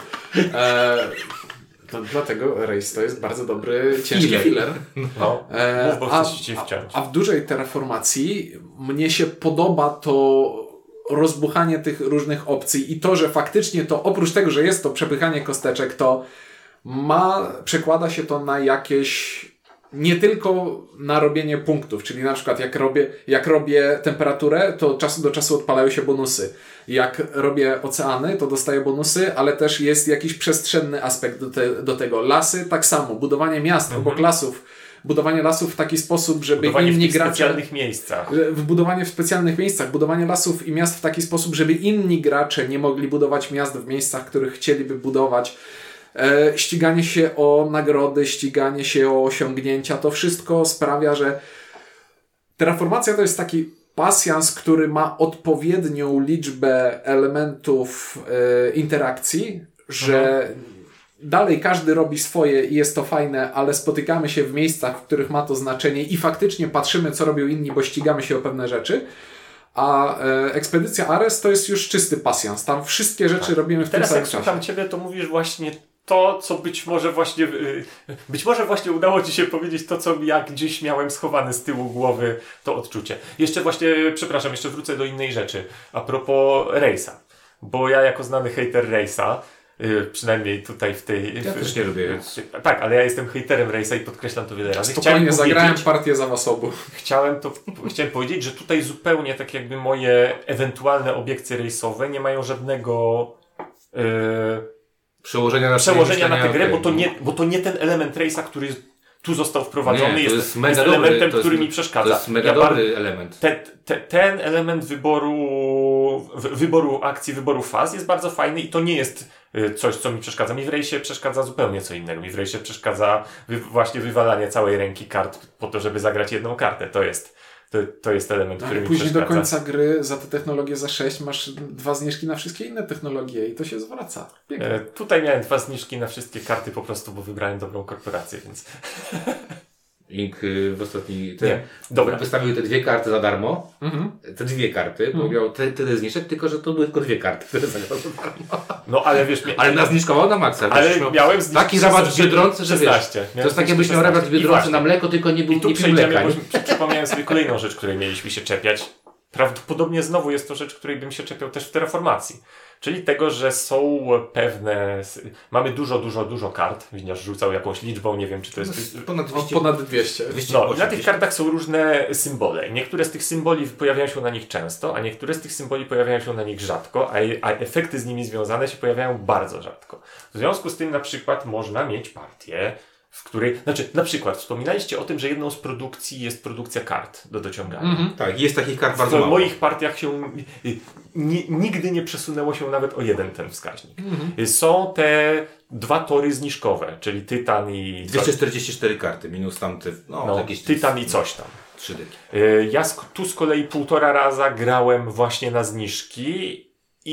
To dlatego Race to jest bardzo dobry, ciężki filler. No. Mów, bo chcesz ci wciąć. A w dużej terraformacji mnie się podoba to rozbuchanie tych różnych opcji i to, że faktycznie to oprócz tego, że jest to przepychanie kosteczek, to przekłada się to na jakieś nie tylko na robienie punktów, czyli na przykład jak robię temperaturę, to od czasu do czasu odpalają się bonusy. Jak robię oceany, to dostaję bonusy, ale też jest jakiś przestrzenny aspekt do tego. Lasy tak samo, budowanie miast obok lasów. Budowanie lasów w taki sposób, żeby inni gracze... w specjalnych miejscach. Budowanie w specjalnych miejscach. Budowanie lasów i miast w taki sposób, żeby inni gracze nie mogli budować miast w miejscach, w których chcieliby budować. Ściganie się o nagrody, ściganie się o osiągnięcia. To wszystko sprawia, że terraformacja to jest taki pasjans, który ma odpowiednią liczbę elementów interakcji, że dalej każdy robi swoje i jest to fajne, ale spotykamy się w miejscach, w których ma to znaczenie i faktycznie patrzymy, co robią inni, bo ścigamy się o pewne rzeczy. A Ekspedycja Ares to jest już czysty pasjans. Tam wszystkie rzeczy robimy w tym samym czasie. Teraz jak słucham Ciebie, to mówisz właśnie to, co być może właśnie udało Ci się powiedzieć to, co ja gdzieś miałem schowane z tyłu głowy, to odczucie. Jeszcze właśnie, przepraszam, jeszcze wrócę do innej rzeczy. A propos Race'a. Bo ja jako znany hejter Race'a, przynajmniej tutaj w tej... Ja też nie lubię, więc... Tak, ale ja jestem hejterem Race'a i podkreślam to wiele razy. Spokojnie, zagrałem partię za obu. Chciałem powiedzieć, że tutaj zupełnie tak jakby moje ewentualne obiekcje race'owe nie mają żadnego... Przełożenia na tę grę, bo to nie ten element race'a, który tu został wprowadzony, jest elementem, elementem, który mi przeszkadza. To jest mega dobry element. Ten element wyboru akcji, wyboru faz jest bardzo fajny i to nie jest coś, co mi przeszkadza. Mi w race'ie przeszkadza zupełnie co innego. Mi w race'ie przeszkadza właśnie wywalanie całej ręki kart po to, żeby zagrać jedną kartę. To jest element, który mi później przeszkadza. do końca gry za tę technologię za 6 masz 2 zniżki na wszystkie inne technologie i to się zwraca. Pięknie. Tutaj miałem 2 zniżki na wszystkie karty po prostu, bo wybrałem dobrą korporację, więc... Ink w ostatniej... Dobra. Wystawił te 2 karty za darmo. Te 2 karty, bo miał tyle zniżek, tylko że to były tylko 2 karty, które zagrał za darmo. No ale wiesz... Ale nazniżkował na maksa. Ale miałem zniżki... Taki rabat w Biedronce, że wiesz, to jest tak jakbyś miał rabat w Biedronce na mleko, tylko nie był mleka. Przypomniałem sobie kolejną rzecz, której mieliśmy się czepiać. Prawdopodobnie znowu jest to rzecz, której bym się czepiał też w terraformacji. Czyli tego, że są pewne... Mamy dużo kart. Winiarz rzucał jakąś liczbą, nie wiem, czy to jest... Ponad 200. No, i na tych kartach są różne symbole. Niektóre z tych symboli pojawiają się na nich często, a niektóre z tych symboli pojawiają się na nich rzadko, a efekty z nimi związane się pojawiają bardzo rzadko. W związku z tym na przykład można mieć partię, w której... Znaczy, na przykład wspominaliście o tym, że jedną z produkcji jest produkcja kart do dociągania. Tak, jest takich kart bardzo mało. W moich partiach się nigdy nie przesunęło się nawet o 1 ten wskaźnik. Są te 2 tory zniżkowe, czyli Tytan i... 244 karty, minus tamte... Tytan i coś tam. 3 deki. Ja tu z kolei 1,5 raza grałem właśnie na zniżki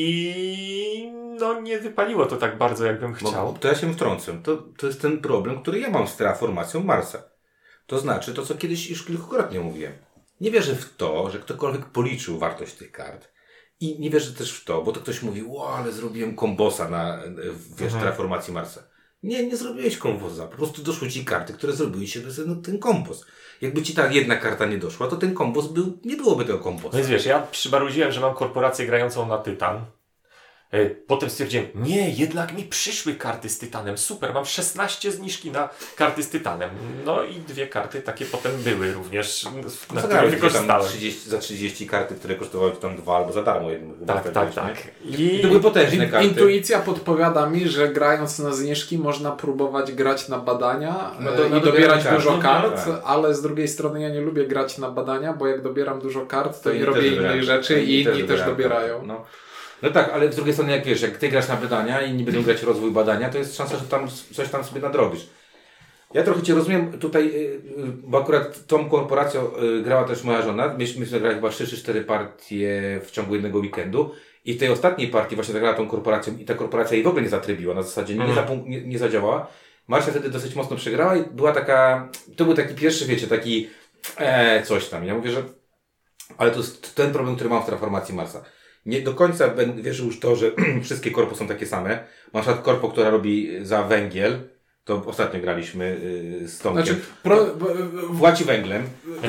i no nie wypaliło to tak bardzo, jakbym chciał. To ja się wtrącę. To jest ten problem, który ja mam z terraformacją Marsa. To znaczy to, co kiedyś już kilkukrotnie mówiłem. Nie wierzę w to, że ktokolwiek policzył wartość tych kart. I nie wierzę też w to, bo to ktoś mówi, ale zrobiłem kombosa na terraformacji Marsa. Nie zrobiłeś kombosa. Po prostu doszły ci karty, które zrobiły się ten kombos. Jakby ci ta jedna karta nie doszła, to ten kombos nie byłoby tego kombosa. No więc wiesz, ja przybarudziłem, że mam korporację grającą na Tytan. Potem stwierdziłem, nie, jednak mi przyszły karty z Tytanem. Super, mam 16 zniżki na karty z Tytanem. No i 2 karty takie potem były również, na które wykorzystałem. Za 30 karty, które kosztowały tam 2 albo za darmo. Tak. I to były potężne karty. Intuicja podpowiada mi, że grając na zniżki można próbować grać na badania i dobierać dużo kart, ale z drugiej strony ja nie lubię grać na badania, bo jak dobieram dużo kart, to nie robię innych rzeczy i inni też dobierają. No tak, ale z drugiej strony jak wiesz, jak ty grasz na badania i inni będą grać w rozwój badania, to jest szansa, że tam coś tam sobie nadrobisz. Ja trochę cię rozumiem tutaj, bo akurat tą korporacją grała też moja żona. Myśmy zagrali chyba 3 czy 4 partie w ciągu jednego weekendu i w tej ostatniej partii właśnie zagrała tą korporacją i ta korporacja jej w ogóle nie zatrybiła, na zasadzie nie zadziałała. Marcia wtedy dosyć mocno przegrała i była taka, to był taki pierwszy, wiecie, taki coś tam. Ja mówię, że ale to jest ten problem, który mam w terraformacji Marsa. Nie do końca będę wierzył już to, że wszystkie korpo są takie same. Mam na przykład korpo, która robi za węgiel. To ostatnio graliśmy z Tomkiem. Znaczy, płaci węglem.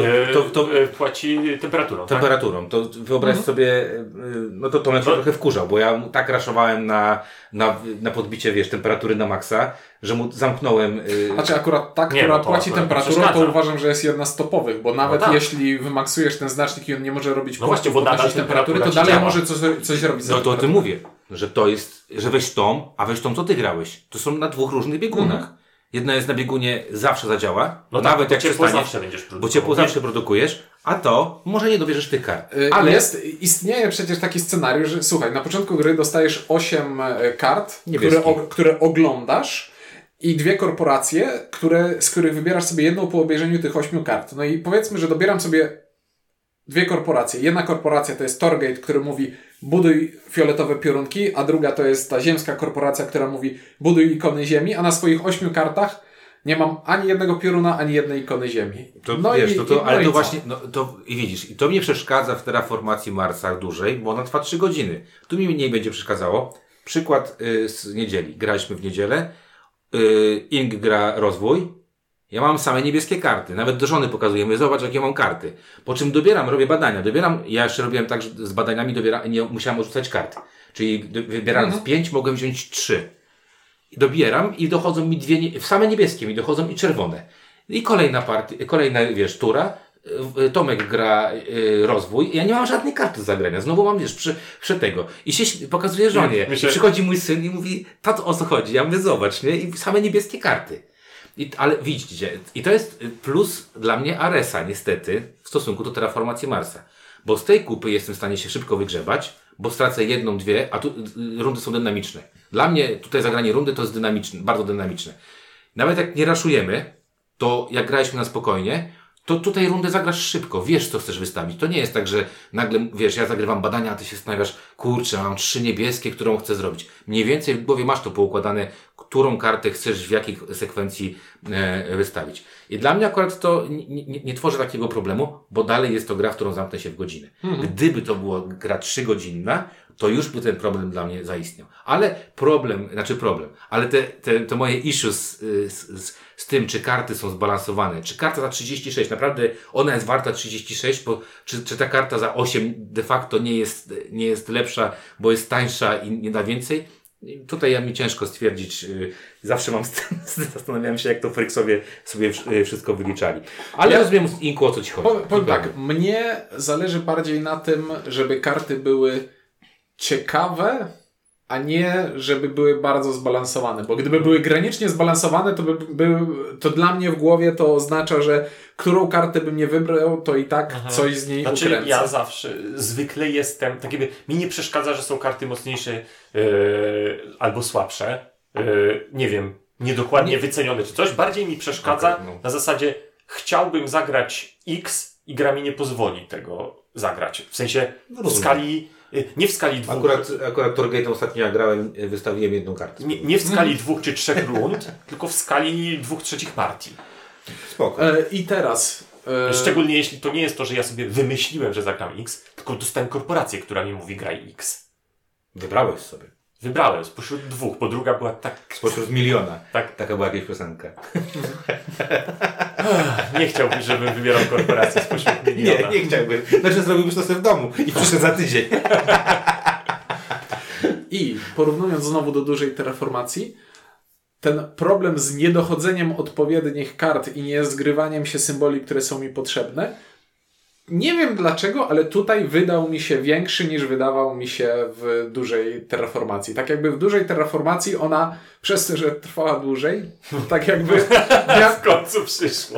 Płaci temperaturą. Temperaturą. To wyobraź sobie, no to Tomek się trochę wkurzał, bo ja tak raszowałem na podbicie, wiesz, temperatury na maksa, że mu zamknąłem... Znaczy akurat ta, która płaci temperaturą, to uważam, że jest jedna z topowych, bo nawet jeśli wymaksujesz ten znacznik i on nie może robić podnosić temperatury, to dalej może coś robić. No to o tym mówię, że to jest, że weź tą, a weź tą, co ty grałeś. To są na 2 różnych biegunach. Jedna jest na biegunie zawsze zadziała, nawet jak przestaniesz, bo ciepło zawsze produkujesz, a to może nie dobierzesz tych kart. Ale istnieje przecież taki scenariusz, że słuchaj, na początku gry dostajesz 8 kart, które oglądasz i 2 korporacje, z których wybierasz sobie jedną po obejrzeniu tych 8 kart. No i powiedzmy, że dobieram sobie 2 korporacje. Jedna korporacja to jest Torgate, który mówi buduj fioletowe piorunki, a druga to jest ta ziemska korporacja, która mówi buduj ikony ziemi, a na swoich 8 kartach nie mam ani jednego pioruna, ani jednej ikony ziemi. I widzisz, i to mnie przeszkadza w terraformacji Marsa dłużej, bo ona trwa 3 godziny. Tu mi mniej będzie przeszkadzało. Przykład z niedzieli. Graliśmy w niedzielę. Ing gra rozwój. Ja mam same niebieskie karty. Nawet do żony pokazujemy, zobacz jakie mam karty. Po czym robię badania. Ja jeszcze robiłem tak, że z badaniami nie musiałem odrzucać kart. Czyli wybierając 5, mogłem wziąć 3. I dobieram i dochodzą mi 2, same niebieskie mi dochodzą i czerwone. I kolejna tura. Tomek gra rozwój. Ja nie mam żadnej karty do zagrania. Znowu mam, przy tego. I się pokazuje żonie. I przychodzi mój syn i mówi, tato, o co chodzi? Ja mówię, zobacz, nie? I same niebieskie karty. Ale widzicie, i to jest plus dla mnie Aresa, niestety, w stosunku do terraformacji Marsa. Bo z tej kupy jestem w stanie się szybko wygrzebać, bo stracę 1, 2, a tu rundy są dynamiczne. Dla mnie tutaj zagranie rundy to jest dynamiczne, bardzo dynamiczne. Nawet jak nie raszujemy, to jak graliśmy na spokojnie, to tutaj rundę zagrasz szybko, wiesz co chcesz wystawić. To nie jest tak, że nagle, wiesz, ja zagrywam badania, a ty się zastanawiasz, kurczę, mam 3 niebieskie, którą chcę zrobić. Mniej więcej w głowie masz to poukładane, którą kartę chcesz w jakiej sekwencji wystawić. I dla mnie akurat to nie tworzy takiego problemu, bo dalej jest to gra, w którą zamknę się w godzinę. Gdyby to była gra 3-godzinna, to już by ten problem dla mnie zaistniał. Ale ale te moje issues z tym, czy karty są zbalansowane, czy karta za 36, naprawdę ona jest warta 36, bo czy ta karta za 8 de facto nie jest lepsza, bo jest tańsza i nie da więcej. Tutaj mi ciężko stwierdzić, zawsze zastanawiałem się, jak to Fryksowie sobie wszystko wyliczali. Ale rozumiem, Inku, o co ci chodzi. Powiem tak, mnie zależy bardziej na tym, żeby karty były ciekawe, a nie żeby były bardzo zbalansowane. Bo gdyby były granicznie zbalansowane, to dla mnie w głowie to oznacza, że którą kartę bym nie wybrał, to i tak coś z niej ukręcę. Ja zawsze, zwykle jestem, tak jakby mi nie przeszkadza, że są karty mocniejsze albo słabsze. Nie wiem, niedokładnie wycenione czy coś. Bardziej mi przeszkadza na zasadzie chciałbym zagrać X, i gra mi nie pozwoli tego zagrać. W sensie No, w skali, nie w skali 2. Akurat Torgate'em ostatnio jak grałem, wystawiłem jedną kartę. Nie w skali 2 czy 3 rund, tylko w skali 2/3 partii. Spoko. I teraz... Szczególnie jeśli to nie jest to, że ja sobie wymyśliłem, że zagram X, tylko dostałem korporację, która mi mówi graj X. Wybrałeś sobie. Wybrałem spośród 2, bo druga była tak... Spośród miliona. Tak. Taka była jakaś piosenka. Nie chciałbym, żebym wybierał korporację spośród miliona. Nie chciałbym. Znaczy zrobiłbyś to sobie w domu i przyszedł za tydzień. I porównując znowu do dużej terraformacji, ten problem z niedochodzeniem odpowiednich kart i niezgrywaniem się symboli, które są mi potrzebne, nie wiem dlaczego, ale tutaj wydał mi się większy niż wydawał mi się w dużej terraformacji. Tak jakby w dużej terraformacji ona, przez to, że trwała dłużej, tak jakby... W końcu przyszło.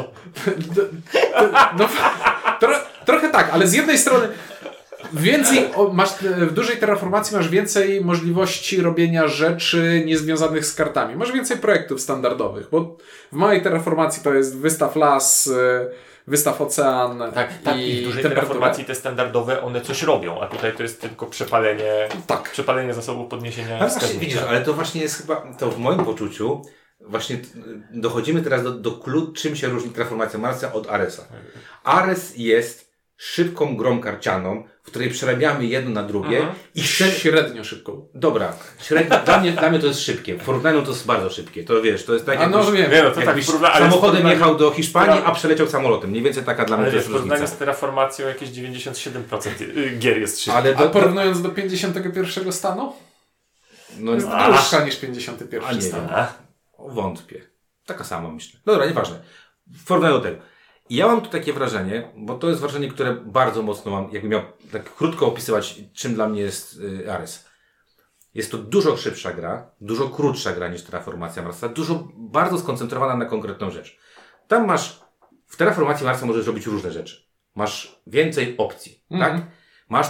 No, trochę tak, ale z jednej strony więcej w dużej terraformacji masz więcej możliwości robienia rzeczy niezwiązanych z kartami. Masz więcej projektów standardowych, bo w małej terraformacji to jest wystaw las, wystaw ocean i w dużej terraformacji te standardowe, one coś robią, a tutaj to jest tylko przepalenie zasobów podniesienia. Ale właśnie, widzisz, ale to właśnie jest chyba, to w moim poczuciu, właśnie dochodzimy teraz do klucz, czym się różni terraformacja Marsa od Aresa. Ares jest szybką grą karcianą, w której przerabiamy jedno na drugie i średnio szybką. Dobra, średnio, dla mnie to jest szybkie. W porównaniu to jest bardzo szybkie. To wiesz, to jest tak jakbyś samochodem jechał do Hiszpanii, a przeleciał samolotem. Mniej więcej taka dla mnie to jest różnica. W porównaniu z terraformacją jakieś 97% gier jest szybkie. A porównując do 51 stanu? No jest dłuższa niż 51 stan. Wątpię. Taka sama myślę. Dobra, nieważne. W porównaniu do tego. I ja mam tu takie wrażenie, bo to jest wrażenie, które bardzo mocno mam, jakbym miał tak krótko opisywać, czym dla mnie jest Ares. Jest to dużo szybsza gra, dużo krótsza gra niż Terraformacja Marsa, bardzo skoncentrowana na konkretną rzecz. Tam w Terraformacji Marsa możesz robić różne rzeczy. Masz więcej opcji, tak? Masz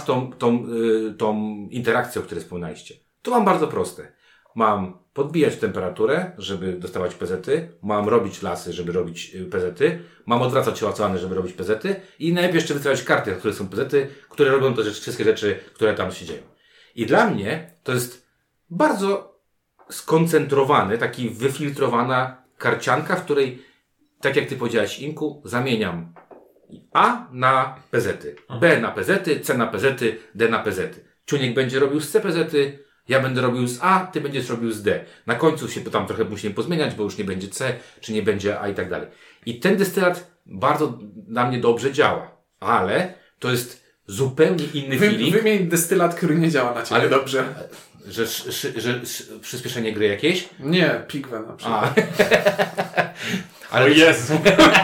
tą interakcję, o której wspominaliście. Tu mam bardzo proste. Mam podbijać temperaturę, żeby dostawać PZ-y, mam robić lasy, żeby robić PZ-y, mam odwracać się oceany, żeby robić PZ-y i najpierw jeszcze wystawiać karty, które są PZ-y, które robią te wszystkie rzeczy, które tam się dzieją. I dla mnie to jest bardzo skoncentrowany, taki wyfiltrowana karcianka, w której, tak jak ty powiedziałeś, Inku, zamieniam A na PZ-y, B na PZ-y, C na PZ-y, D na PZ-y. Ciuniek będzie robił z C PZ-y, ja będę robił z A, ty będziesz robił z D. Na końcu się tam trochę musimy pozmieniać, bo już nie będzie C, czy nie będzie A i tak dalej. I ten destylat bardzo na mnie dobrze działa. Ale to jest zupełnie inny feeling. Wymień destylat, który nie działa na ciebie dobrze. Że przyspieszenie gry jakieś? Nie, Pigwen na przykład. Ale Jezu!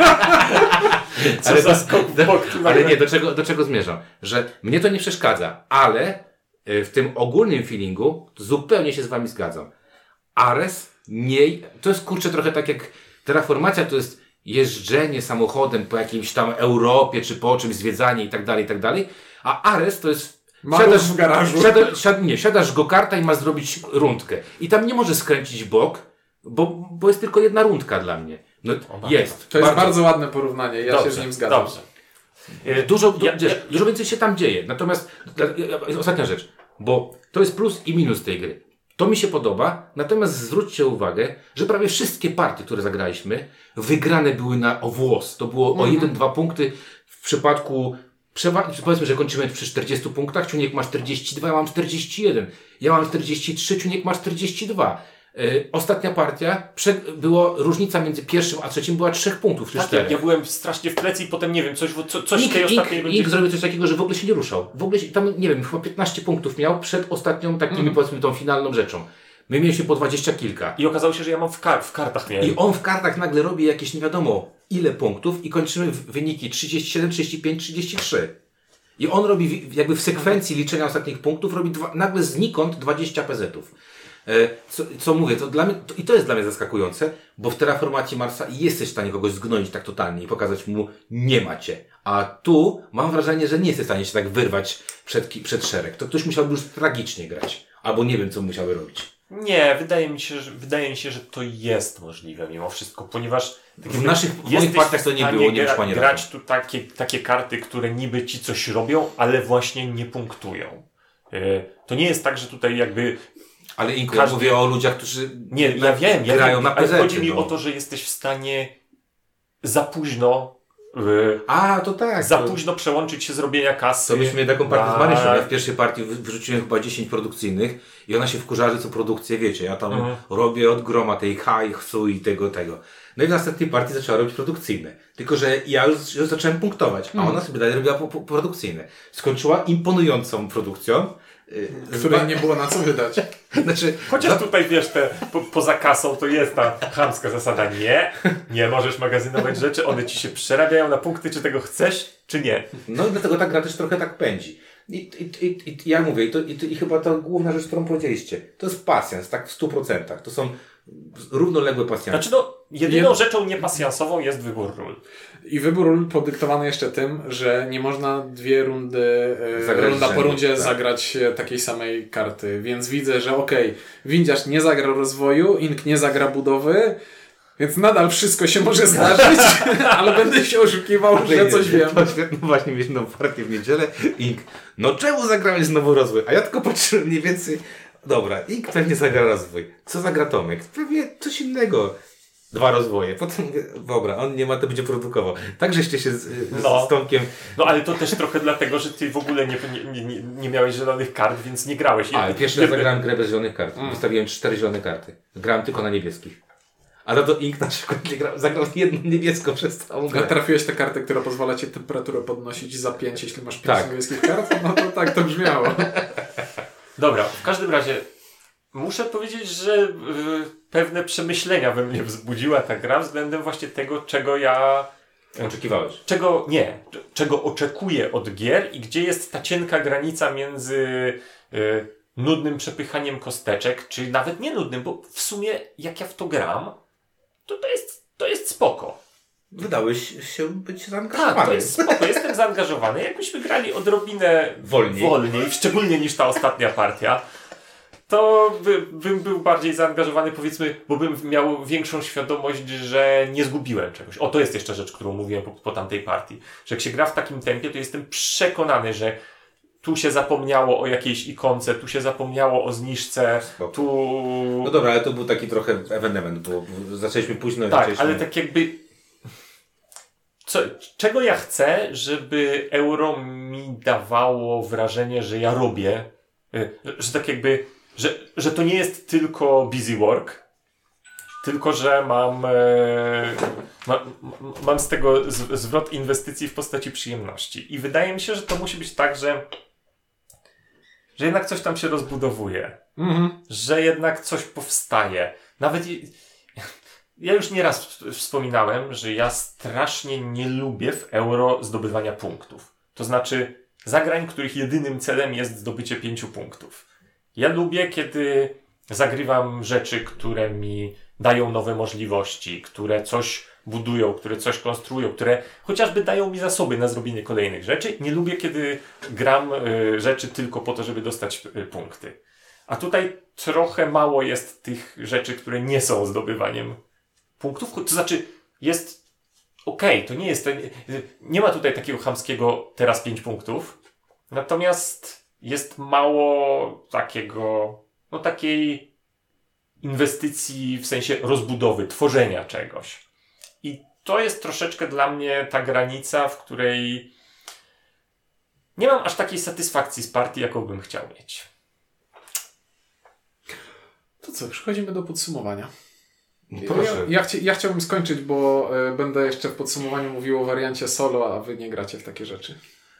ale nie, do czego zmierzam? Że mnie to nie przeszkadza, ale w tym ogólnym feelingu zupełnie się z wami zgadzam. Ares to jest kurczę trochę tak jak Terraformacja, to jest jeżdżenie samochodem po jakimś tam Europie, czy po czymś, zwiedzanie i tak dalej, a Ares to jest siadasz w garażu. Siadasz go karta i masz zrobić rundkę. I tam nie możesz skręcić bok, bo jest tylko jedna rundka dla mnie. No, jest. To jest bardzo ładne porównanie, ja się z nim zgadzam. Dobrze. Dużo więcej się tam dzieje. Natomiast ostatnia rzecz, bo to jest plus i minus tej gry. To mi się podoba, natomiast zwróćcie uwagę, że prawie wszystkie partie, które zagraliśmy, wygrane były o włos. To było o 1-2 punkty w przypadku, powiedzmy, że kończymy przy 40 punktach, Ciuniek ma 42, ja mam 41. Ja mam 43, Ciuniek ma 42. Ostatnia partia, różnica między pierwszym a trzecim była 3 punktów. Tak, ja byłem strasznie w plecy i potem nie wiem, coś w tej ostatniej rundzie. Ink zrobił coś takiego, że w ogóle się nie ruszał. W ogóle tam, nie wiem, chyba 15 punktów miał przed ostatnią powiedzmy tą finalną rzeczą. My mieliśmy po 20 kilka. I okazało się, że ja mam w kartach miałem. I on w kartach nagle robi jakieś nie wiadomo ile punktów i kończymy wyniki 37, 35, 33. I on robi jakby w sekwencji liczenia ostatnich punktów robi nagle znikąd 20 PZ-ów. Co mówię, to dla mnie, i to jest dla mnie zaskakujące, bo w Terraformacji Marsa jesteś w stanie kogoś zgnoić tak totalnie i pokazać mu, nie macie. A tu mam wrażenie, że nie jesteś w stanie się tak wyrwać przed szereg. To ktoś musiałby już tragicznie grać. Albo nie wiem, co musiałby robić. Nie, wydaje mi się, że to jest możliwe mimo wszystko, ponieważ w moich partiach to nie było, nie wyszła nie grać tu takie karty, które niby ci coś robią, ale właśnie nie punktują. To nie jest tak, że tutaj jakby... Ale ja mówię o ludziach, którzy grają na ale PZ. chodzi mi o to, że jesteś w stanie za późno to tak. późno przełączyć się z robienia kasy. To myśmy mieli taką partię z Marysią. Ja w pierwszej partii wyrzuciłem chyba 10 produkcyjnych i ona się wkurzała, że co produkcję, wiecie, ja tam robię od groma tej hajsu i tego. No i w następnej partii zaczęła robić produkcyjne. Tylko, że ja już zacząłem punktować, a ona sobie dalej robiła produkcyjne. Skończyła imponującą produkcją. Której nie było na co wydać. Znaczy, chociaż tutaj wiesz, poza kasą to jest ta chamska zasada. Nie możesz magazynować rzeczy, one ci się przerabiają na punkty, czy tego chcesz, czy nie. No i dlatego ta gra też trochę tak pędzi. I ja mówię, i chyba to główna rzecz, którą powiedzieliście, to jest pasjans, tak w 100%. To są równoległe pasjansy. Znaczy jedyną rzeczą niepasjansową jest wybór ról. I wybór ról podyktowany jeszcze tym, że nie można 2 rundy, runda po rundzie zagrać takiej samej karty. Więc widzę, że windziarz nie zagra rozwoju, Ink nie zagra budowy, więc nadal wszystko się może zdarzyć, ale będę się oszukiwał, że coś wiem. No właśnie mieliśmy jedną partię w niedzielę Ink, czemu zagrałeś znowu rozwój? A ja tylko patrzyłem mniej więcej, dobra, Ink pewnie zagra rozwój. Co zagra Tomek? Pewnie coś innego. 2 rozwoje. Potem dobra, on nie ma, to będzie produkował. Tak żeście się z Tomkiem... No ale to też trochę dlatego, że ty w ogóle nie miałeś zielonych kart, więc nie grałeś. Pierwszy raz zagrałem grę bez zielonych kart. Wystawiłem 4 zielone karty. Grałem tylko na niebieskich. Ale to Ink na przykład nie grał, zagrał jedną niebieską przez całą grę. A trafiłeś tę kartę, która pozwala ci temperaturę podnosić za 5, jeśli masz 5 niebieskich kart? No to tak to brzmiało. Dobra, w każdym razie muszę powiedzieć, że pewne przemyślenia we mnie wzbudziła ta gra względem właśnie tego, czego ja... Oczekiwałeś? Czego oczekuję od gier i gdzie jest ta cienka granica między nudnym przepychaniem kosteczek, czy nawet nie nudnym, bo w sumie jak ja w to gram, to jest spoko. Wydałeś się być zaangażowany. Tak, to jest spoko, jestem zaangażowany. Jakbyśmy grali odrobinę wolniej, szczególnie niż ta ostatnia partia, to bym był bardziej zaangażowany, powiedzmy, bo bym miał większą świadomość, że nie zgubiłem czegoś. To jest jeszcze rzecz, którą mówiłem po tamtej partii. Że jak się gra w takim tempie, to jestem przekonany, że tu się zapomniało o jakiejś ikonce, tu się zapomniało o zniżce, tu... No dobra, ale to był taki trochę ewenement, bo zaczęliśmy późno. Tak, ale tak jakby... Czego ja chcę, żeby euro mi dawało wrażenie, że ja robię, że tak jakby, że to nie jest tylko busy work, tylko że mam z tego zwrot inwestycji w postaci przyjemności. I wydaje mi się, że to musi być tak, że jednak coś tam się rozbudowuje, że jednak coś powstaje. Nawet ja już nieraz wspominałem, że ja strasznie nie lubię w euro zdobywania punktów. To znaczy zagrań, których jedynym celem jest zdobycie 5 punktów. Ja lubię, kiedy zagrywam rzeczy, które mi dają nowe możliwości, które coś budują, które coś konstruują, które chociażby dają mi zasoby na zrobienie kolejnych rzeczy. Nie lubię, kiedy gram rzeczy tylko po to, żeby dostać punkty. A tutaj trochę mało jest tych rzeczy, które nie są zdobywaniem punktów. To znaczy jest to nie jest... Nie ma tutaj takiego chamskiego teraz 5 punktów. Natomiast jest mało takiej inwestycji w sensie rozbudowy, tworzenia czegoś. I to jest troszeczkę dla mnie ta granica, w której nie mam aż takiej satysfakcji z partii, jaką bym chciał mieć. To co, przechodzimy do podsumowania. Proszę. Ja chciałbym skończyć, bo będę jeszcze w podsumowaniu mówił o wariancie solo, a wy nie gracie w takie rzeczy.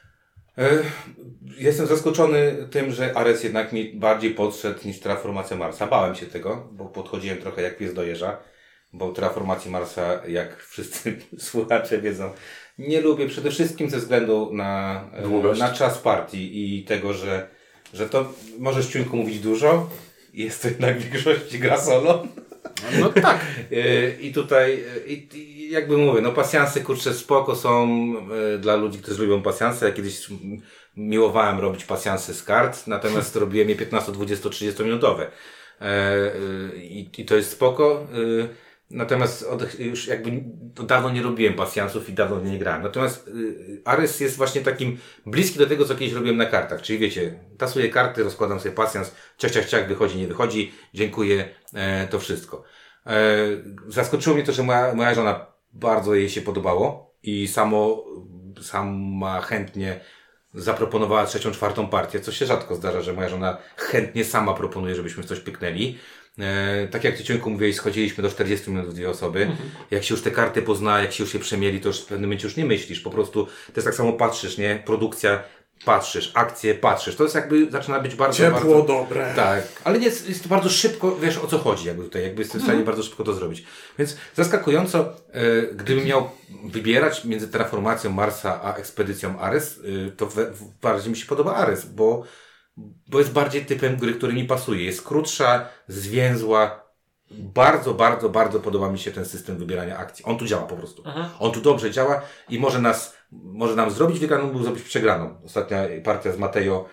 Jestem zaskoczony tym, że Ares jednak mi bardziej podszedł niż Terraformacja Marsa. Bałem się tego, bo podchodziłem trochę jak pies do jeża, bo Terraformacji Marsa, jak wszyscy słuchacze wiedzą, nie lubię przede wszystkim ze względu na czas partii i tego, że to możesz ciuńku mówić dużo, jest to jednak w większości gra solo. No tak. I tutaj, jakby mówię, pasjanse, kurczę, spoko są dla ludzi, którzy lubią pasjanse. Ja kiedyś miłowałem robić pasjanse z kart, natomiast robiłem je 15, 20, 30 minutowe. i to jest spoko. Natomiast już jakby dawno nie robiłem pasjansów i dawno nie grałem. Natomiast Ares jest właśnie takim bliski do tego, co kiedyś robiłem na kartach. Czyli wiecie, tasuję karty, rozkładam sobie pasjans, ciach, wychodzi, nie wychodzi, dziękuję, to wszystko. Zaskoczyło mnie to, że moja żona bardzo jej się podobało i sama chętnie zaproponowała 3., 4. partię, co się rzadko zdarza, że moja żona chętnie sama proponuje, żebyśmy w coś pyknęli. Tak jak Ci Ciuńku mówiłeś, schodziliśmy do 40 minut w 2 osoby. Jak się już te karty pozna, jak się już je przemieli, to już w pewnym momencie już nie myślisz. Po prostu to jest tak samo patrzysz, nie? Produkcja, patrzysz, akcje, patrzysz. To jest jakby, zaczyna być bardzo... Ciepło, bardzo, dobre. Tak, ale jest to bardzo szybko, wiesz o co chodzi jakby tutaj, jakby jesteś w stanie bardzo szybko to zrobić. Więc zaskakująco, gdybym miał wybierać między terraformacją Marsa a ekspedycją Ares, to bardziej mi się podoba Ares, bo jest bardziej typem gry, który mi pasuje. Jest krótsza, zwięzła. Bardzo podoba mi się ten system wybierania akcji. On tu działa po prostu. On tu dobrze działa i może nam zrobić wygraną lub zrobić przegraną. Ostatnia partia z Mateo.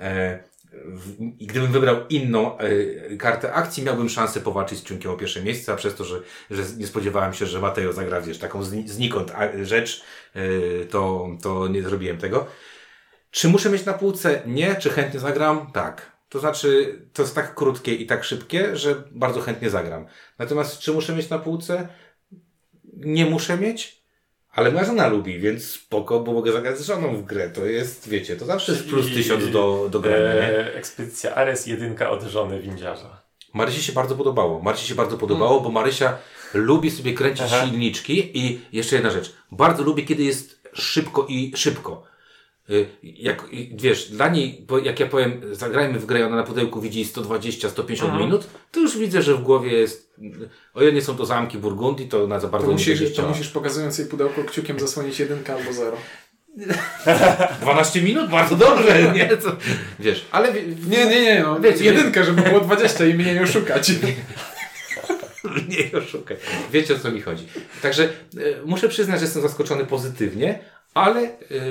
I gdybym wybrał inną kartę akcji, miałbym szansę powalczyć z Ciunkiem o pierwsze miejsce, a przez to, że nie spodziewałem się, że Mateo zagra, wiesz, taką znikąd rzecz, to nie zrobiłem tego. Czy muszę mieć na półce? Nie. Czy chętnie zagram? Tak. To znaczy, to jest tak krótkie i tak szybkie, że bardzo chętnie zagram. Natomiast czy muszę mieć na półce? Nie muszę mieć, ale moja żona lubi, więc spoko, bo mogę zagrać z żoną w grę. To jest, wiecie, to zawsze jest plus 1000 do grania, nie? Ekspedycja Ares 1 od żony windziarza. Marysi się bardzo podobało, bo Marysia lubi sobie kręcić silniczki i jeszcze jedna rzecz. Bardzo lubię, kiedy jest szybko. Wiesz, dla niej, jak ja powiem, zagrajmy w grę, ona na pudełku widzi 120-150 minut, to już widzę, że w głowie jest, o ile nie są to zamki Burgundii, to ona za bardzo nie będzie chciała. To musisz pokazując jej pudełko kciukiem zasłonić 1 albo 0. 12 minut? Bardzo dobrze, nie? Co? Wiesz, ale... Nie, no, wiecie, 1, żeby było 20 i mnie nie oszukać. Nie oszukaj. Wiecie, o co mi chodzi. Także muszę przyznać, że jestem zaskoczony pozytywnie, ale...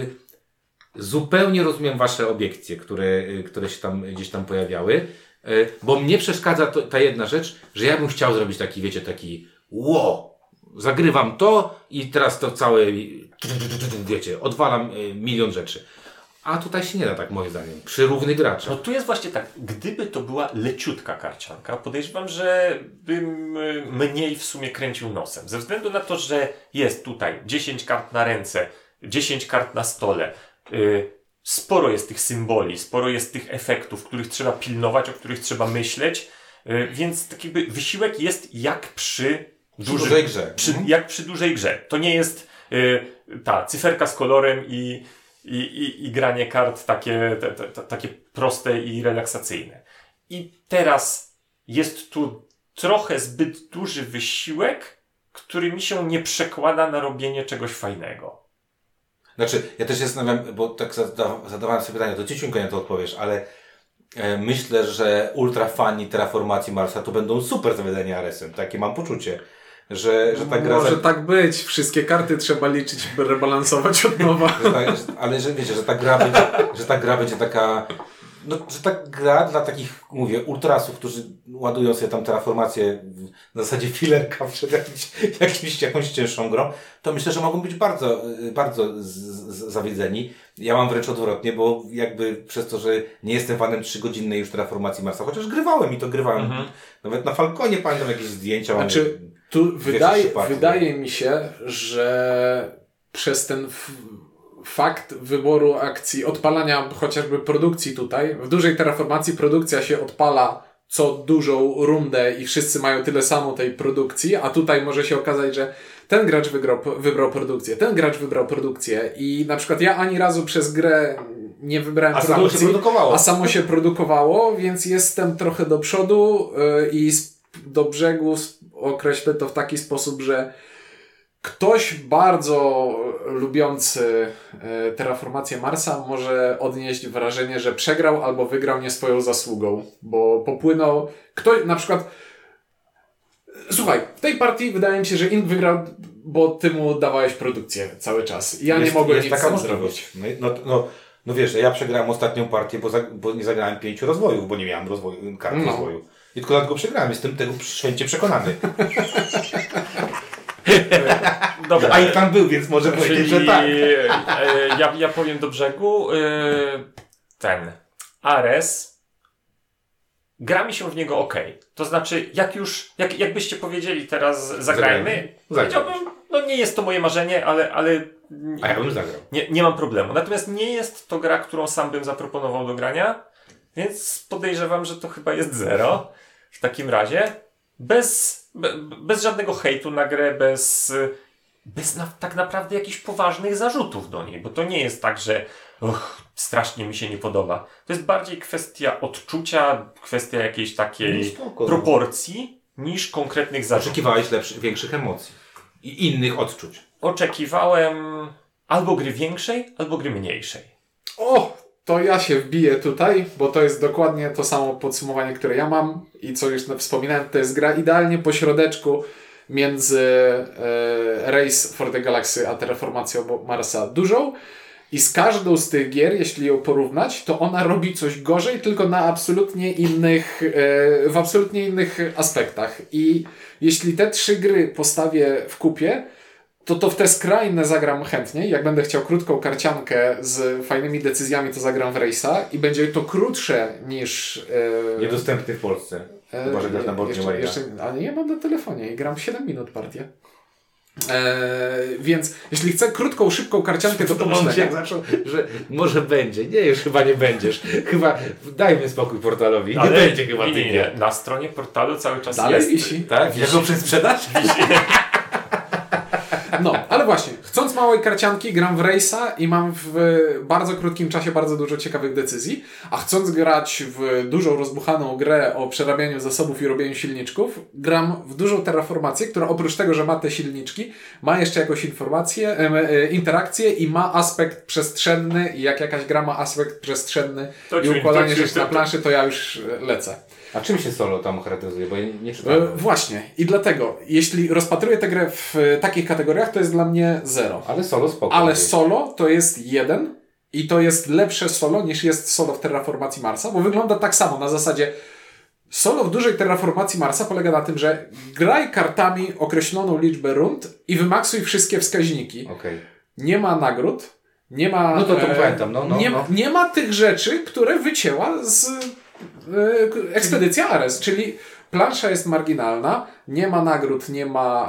zupełnie rozumiem Wasze obiekcje, które się tam gdzieś tam pojawiały, bo mnie przeszkadza ta jedna rzecz, że ja bym chciał zrobić taki zagrywam to i teraz to całe, wiecie, odwalam milion rzeczy. A tutaj się nie da tak, moim zdaniem, przy równych graczach. No tu jest właśnie tak, gdyby to była leciutka karcianka, podejrzewam, że bym mniej w sumie kręcił nosem. Ze względu na to, że jest tutaj 10 kart na ręce, 10 kart na stole, sporo jest tych symboli, sporo jest tych efektów, których trzeba pilnować, o których trzeba myśleć, więc tak jakby wysiłek jest jak przy dużej grze. Jak przy dużej grze. To nie jest ta cyferka z kolorem i granie kart takie proste i relaksacyjne. I teraz jest tu trochę zbyt duży wysiłek, który mi się nie przekłada na robienie czegoś fajnego. Znaczy, ja też się zastanawiam, bo tak zadawałem sobie pytanie, to Ci Ciuńko na to odpowiesz, ale myślę, że ultra fani terraformacji Marsa to będą super zawiedzeni Aresem. Takie mam poczucie, że ta gra... Może tak być. Wszystkie karty trzeba liczyć, by rebalansować od nowa. Ale że wiecie, że ta gra będzie taka... No, że ta gra dla takich, mówię, ultrasów, którzy ładują sobie tam terraformację w zasadzie filerka przed jakąś cięższą grą, to myślę, że mogą być bardzo zawiedzeni. Ja mam wręcz odwrotnie, bo jakby przez to, że nie jestem fanem 3-godzinnej już terraformacji Marsa, chociaż grywałem. Nawet na Falconie pamiętam jakieś zdjęcia. Znaczy, tu wydaje mi się, że przez ten fakt wyboru akcji, odpalania chociażby produkcji tutaj, w dużej terraformacji produkcja się odpala co dużą rundę i wszyscy mają tyle samo tej produkcji, a tutaj może się okazać, że ten gracz wybrał produkcję, ten gracz wybrał produkcję i na przykład ja ani razu przez grę nie wybrałem produkcji, a samo się produkowało, więc jestem trochę do przodu i do brzegu określę to w taki sposób, że ktoś bardzo lubiący terraformację Marsa może odnieść wrażenie, że przegrał albo wygrał nie swoją zasługą, bo popłynął ktoś, na przykład słuchaj, w tej partii wydaje mi się, że Ink wygrał, bo ty mu dawałeś produkcję cały czas. Ja nie mogłem nic z tym zrobić. No wiesz, ja przegrałem ostatnią partię, bo nie zagrałem 5 rozwojów, bo nie miałem kart rozwoju. I tylko dlatego przegrałem, jestem tego święcie przekonany. Dobra. A i tam był, więc może powiedzieć, że tak. Ja powiem do brzegu. Ares. Gra mi się w niego ok. To znaczy, jakbyście powiedzieli teraz zagrajmy, powiedziałbym, no nie jest to moje marzenie, ale a ja bym zagrał. Nie mam problemu. Natomiast nie jest to gra, którą sam bym zaproponował do grania, więc podejrzewam, że to chyba jest 0 w takim razie. Bez żadnego hejtu na grę, bez tak naprawdę jakichś poważnych zarzutów do niej, bo to nie jest tak, że strasznie mi się nie podoba. To jest bardziej kwestia odczucia, kwestia jakiejś takiej proporcji niż konkretnych zarzutów. Oczekiwałeś większych emocji i innych odczuć. Oczekiwałem albo gry większej, albo gry mniejszej. To ja się wbiję tutaj, bo to jest dokładnie to samo podsumowanie, które ja mam i co już wspominałem, to jest gra idealnie po środeczku między Race for the Galaxy a Terraformacją Marsa dużą i z każdą z tych gier, jeśli ją porównać, to ona robi coś gorzej, tylko na w absolutnie innych aspektach. I jeśli te 3 gry postawię w kupie, to w te skrajne zagram chętnie. Jak będę chciał krótką karciankę z fajnymi decyzjami, to zagram w Race'a i będzie to krótsze niż... Niedostępny w Polsce. Chyba, że grasz na Board Game Arena. Ale ja mam na telefonie i gram 7 minut partię. Więc jeśli chcę krótką, szybką karciankę do pomyślenia... że może będzie. Nie, już chyba nie będziesz. Chyba dajmy spokój portalowi. Nie będzie chyba tych gier. Na stronie portalu cały czas dalej jest. Wisi. Tak? Jako przedsprzedaż? No, ale właśnie, chcąc małej karcianki, gram w Race'a i mam w bardzo krótkim czasie bardzo dużo ciekawych decyzji, a chcąc grać w dużą, rozbuchaną grę o przerabianiu zasobów i robieniu silniczków, gram w dużą terraformację, która oprócz tego, że ma te silniczki, ma jeszcze jakąś interakcję i ma aspekt przestrzenny i jak jakaś gra ma aspekt przestrzenny i układanie rzeczy na planszy, to ja już lecę. A czym się solo tam charakteryzuje? Bo ja nie czytałem. Właśnie. I dlatego, jeśli rozpatruję tę grę w takich kategoriach, to jest dla mnie 0. Ale solo spoko. Ale solo to jest 1 i to jest lepsze solo niż jest solo w Terraformacji Marsa, bo wygląda tak samo. Na zasadzie solo w dużej Terraformacji Marsa polega na tym, że graj kartami określoną liczbę rund i wymaksuj wszystkie wskaźniki. Okay. Nie ma nagród, nie ma... No to pamiętam. Nie ma tych rzeczy, które wycięła z... Ekspedycja Ares, czyli plansza jest marginalna, nie ma nagród, nie ma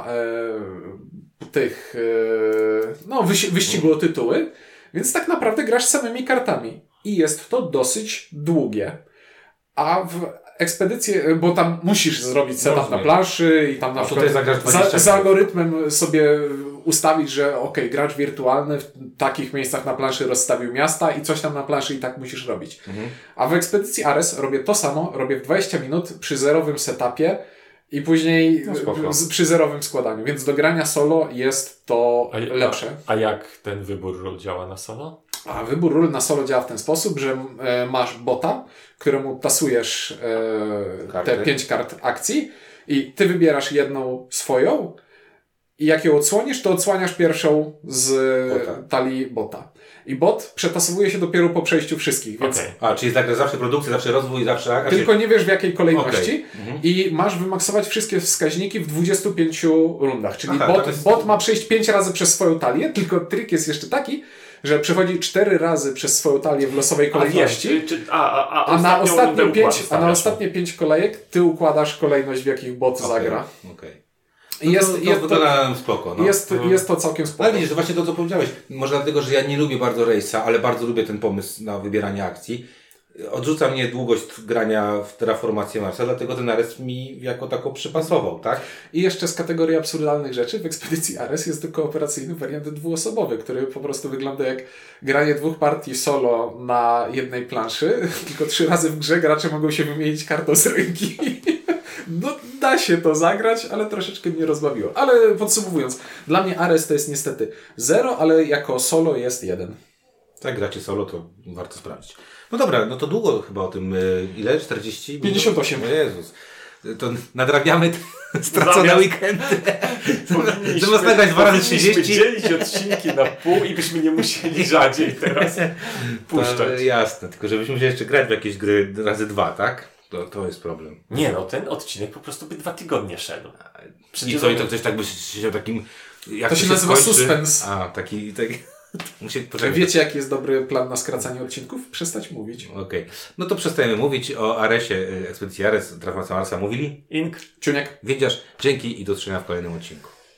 wyścigu o tytuły, więc tak naprawdę grasz samymi kartami i jest to dosyć długie. A w ekspedycję, bo tam musisz zrobić setup na planszy i tam na przykład z algorytmem sobie ustawić, że gracz wirtualny w takich miejscach na planszy rozstawił miasta i coś tam na planszy i tak musisz robić. A w ekspedycji Ares robię to samo, robię w 20 minut przy zerowym setupie i później przy zerowym składaniu, więc do grania solo jest to lepsze. A jak ten wybór ról działa na solo? A wybór ról na solo działa w ten sposób, że masz bota, któremu tasujesz te 5 kart akcji i ty wybierasz jedną swoją i jak ją odsłonisz, to odsłaniasz pierwszą z talii bota. I bot przetasowuje się dopiero po przejściu wszystkich. Więc... Czyli zawsze produkcja, zawsze rozwój, zawsze... Tylko nie wiesz w jakiej kolejności i masz wymaksować wszystkie wskaźniki w 25 rundach. Czyli bot ma przejść 5 razy przez swoją talię, tylko trik jest jeszcze taki, że przechodzi 4 razy przez swoją talię w losowej kolejności, a na ostatnie 5 kolejek ty układasz kolejność, w jakich bot zagra. Jest to całkiem spoko. Ale widzisz, to właśnie to, co powiedziałeś. Może dlatego, że ja nie lubię bardzo Race'a, ale bardzo lubię ten pomysł na wybieranie akcji. Odrzuca mnie długość grania w Terraformację Marsa, dlatego ten Ares mi jako tako przypasował, tak? I jeszcze z kategorii absurdalnych rzeczy w Ekspedycji Ares jest to kooperacyjny wariant dwuosobowy, który po prostu wygląda jak granie 2 partii solo na jednej planszy, tylko 3 razy w grze gracze mogą się wymienić kartą z ręki. No, da się to zagrać, ale troszeczkę mnie rozbawiło. Ale podsumowując, dla mnie Ares to jest niestety 0, ale jako solo jest 1. Tak, gracie solo to warto sprawdzić. No dobra, no to długo chyba o tym. Ile? 40? 58. O Jezus. To nadrabiamy stracone weekendy. Zamiast nagrać 2 razy 30. Dzielić odcinki na pół i byśmy nie musieli rzadziej teraz puszczać. Jasne, tylko żebyśmy musieli jeszcze grać w jakieś gry razy 2, tak? To jest problem. Nie no, ten odcinek po prostu by 2 tygodnie szedł. I co, i to ktoś tak by siedział takim... Jak To się nazywa skończy? suspens. A, taki... Poczekaj. Wiecie, jaki jest dobry plan na skracanie odcinków? Przestać mówić. Okej. No to przestajemy mówić o Aresie, Ekspedycji Ares, Transformacja Marsa. Mówili? Ink. Ciuniek. Wiedziasz, dzięki i do zobaczenia w kolejnym odcinku.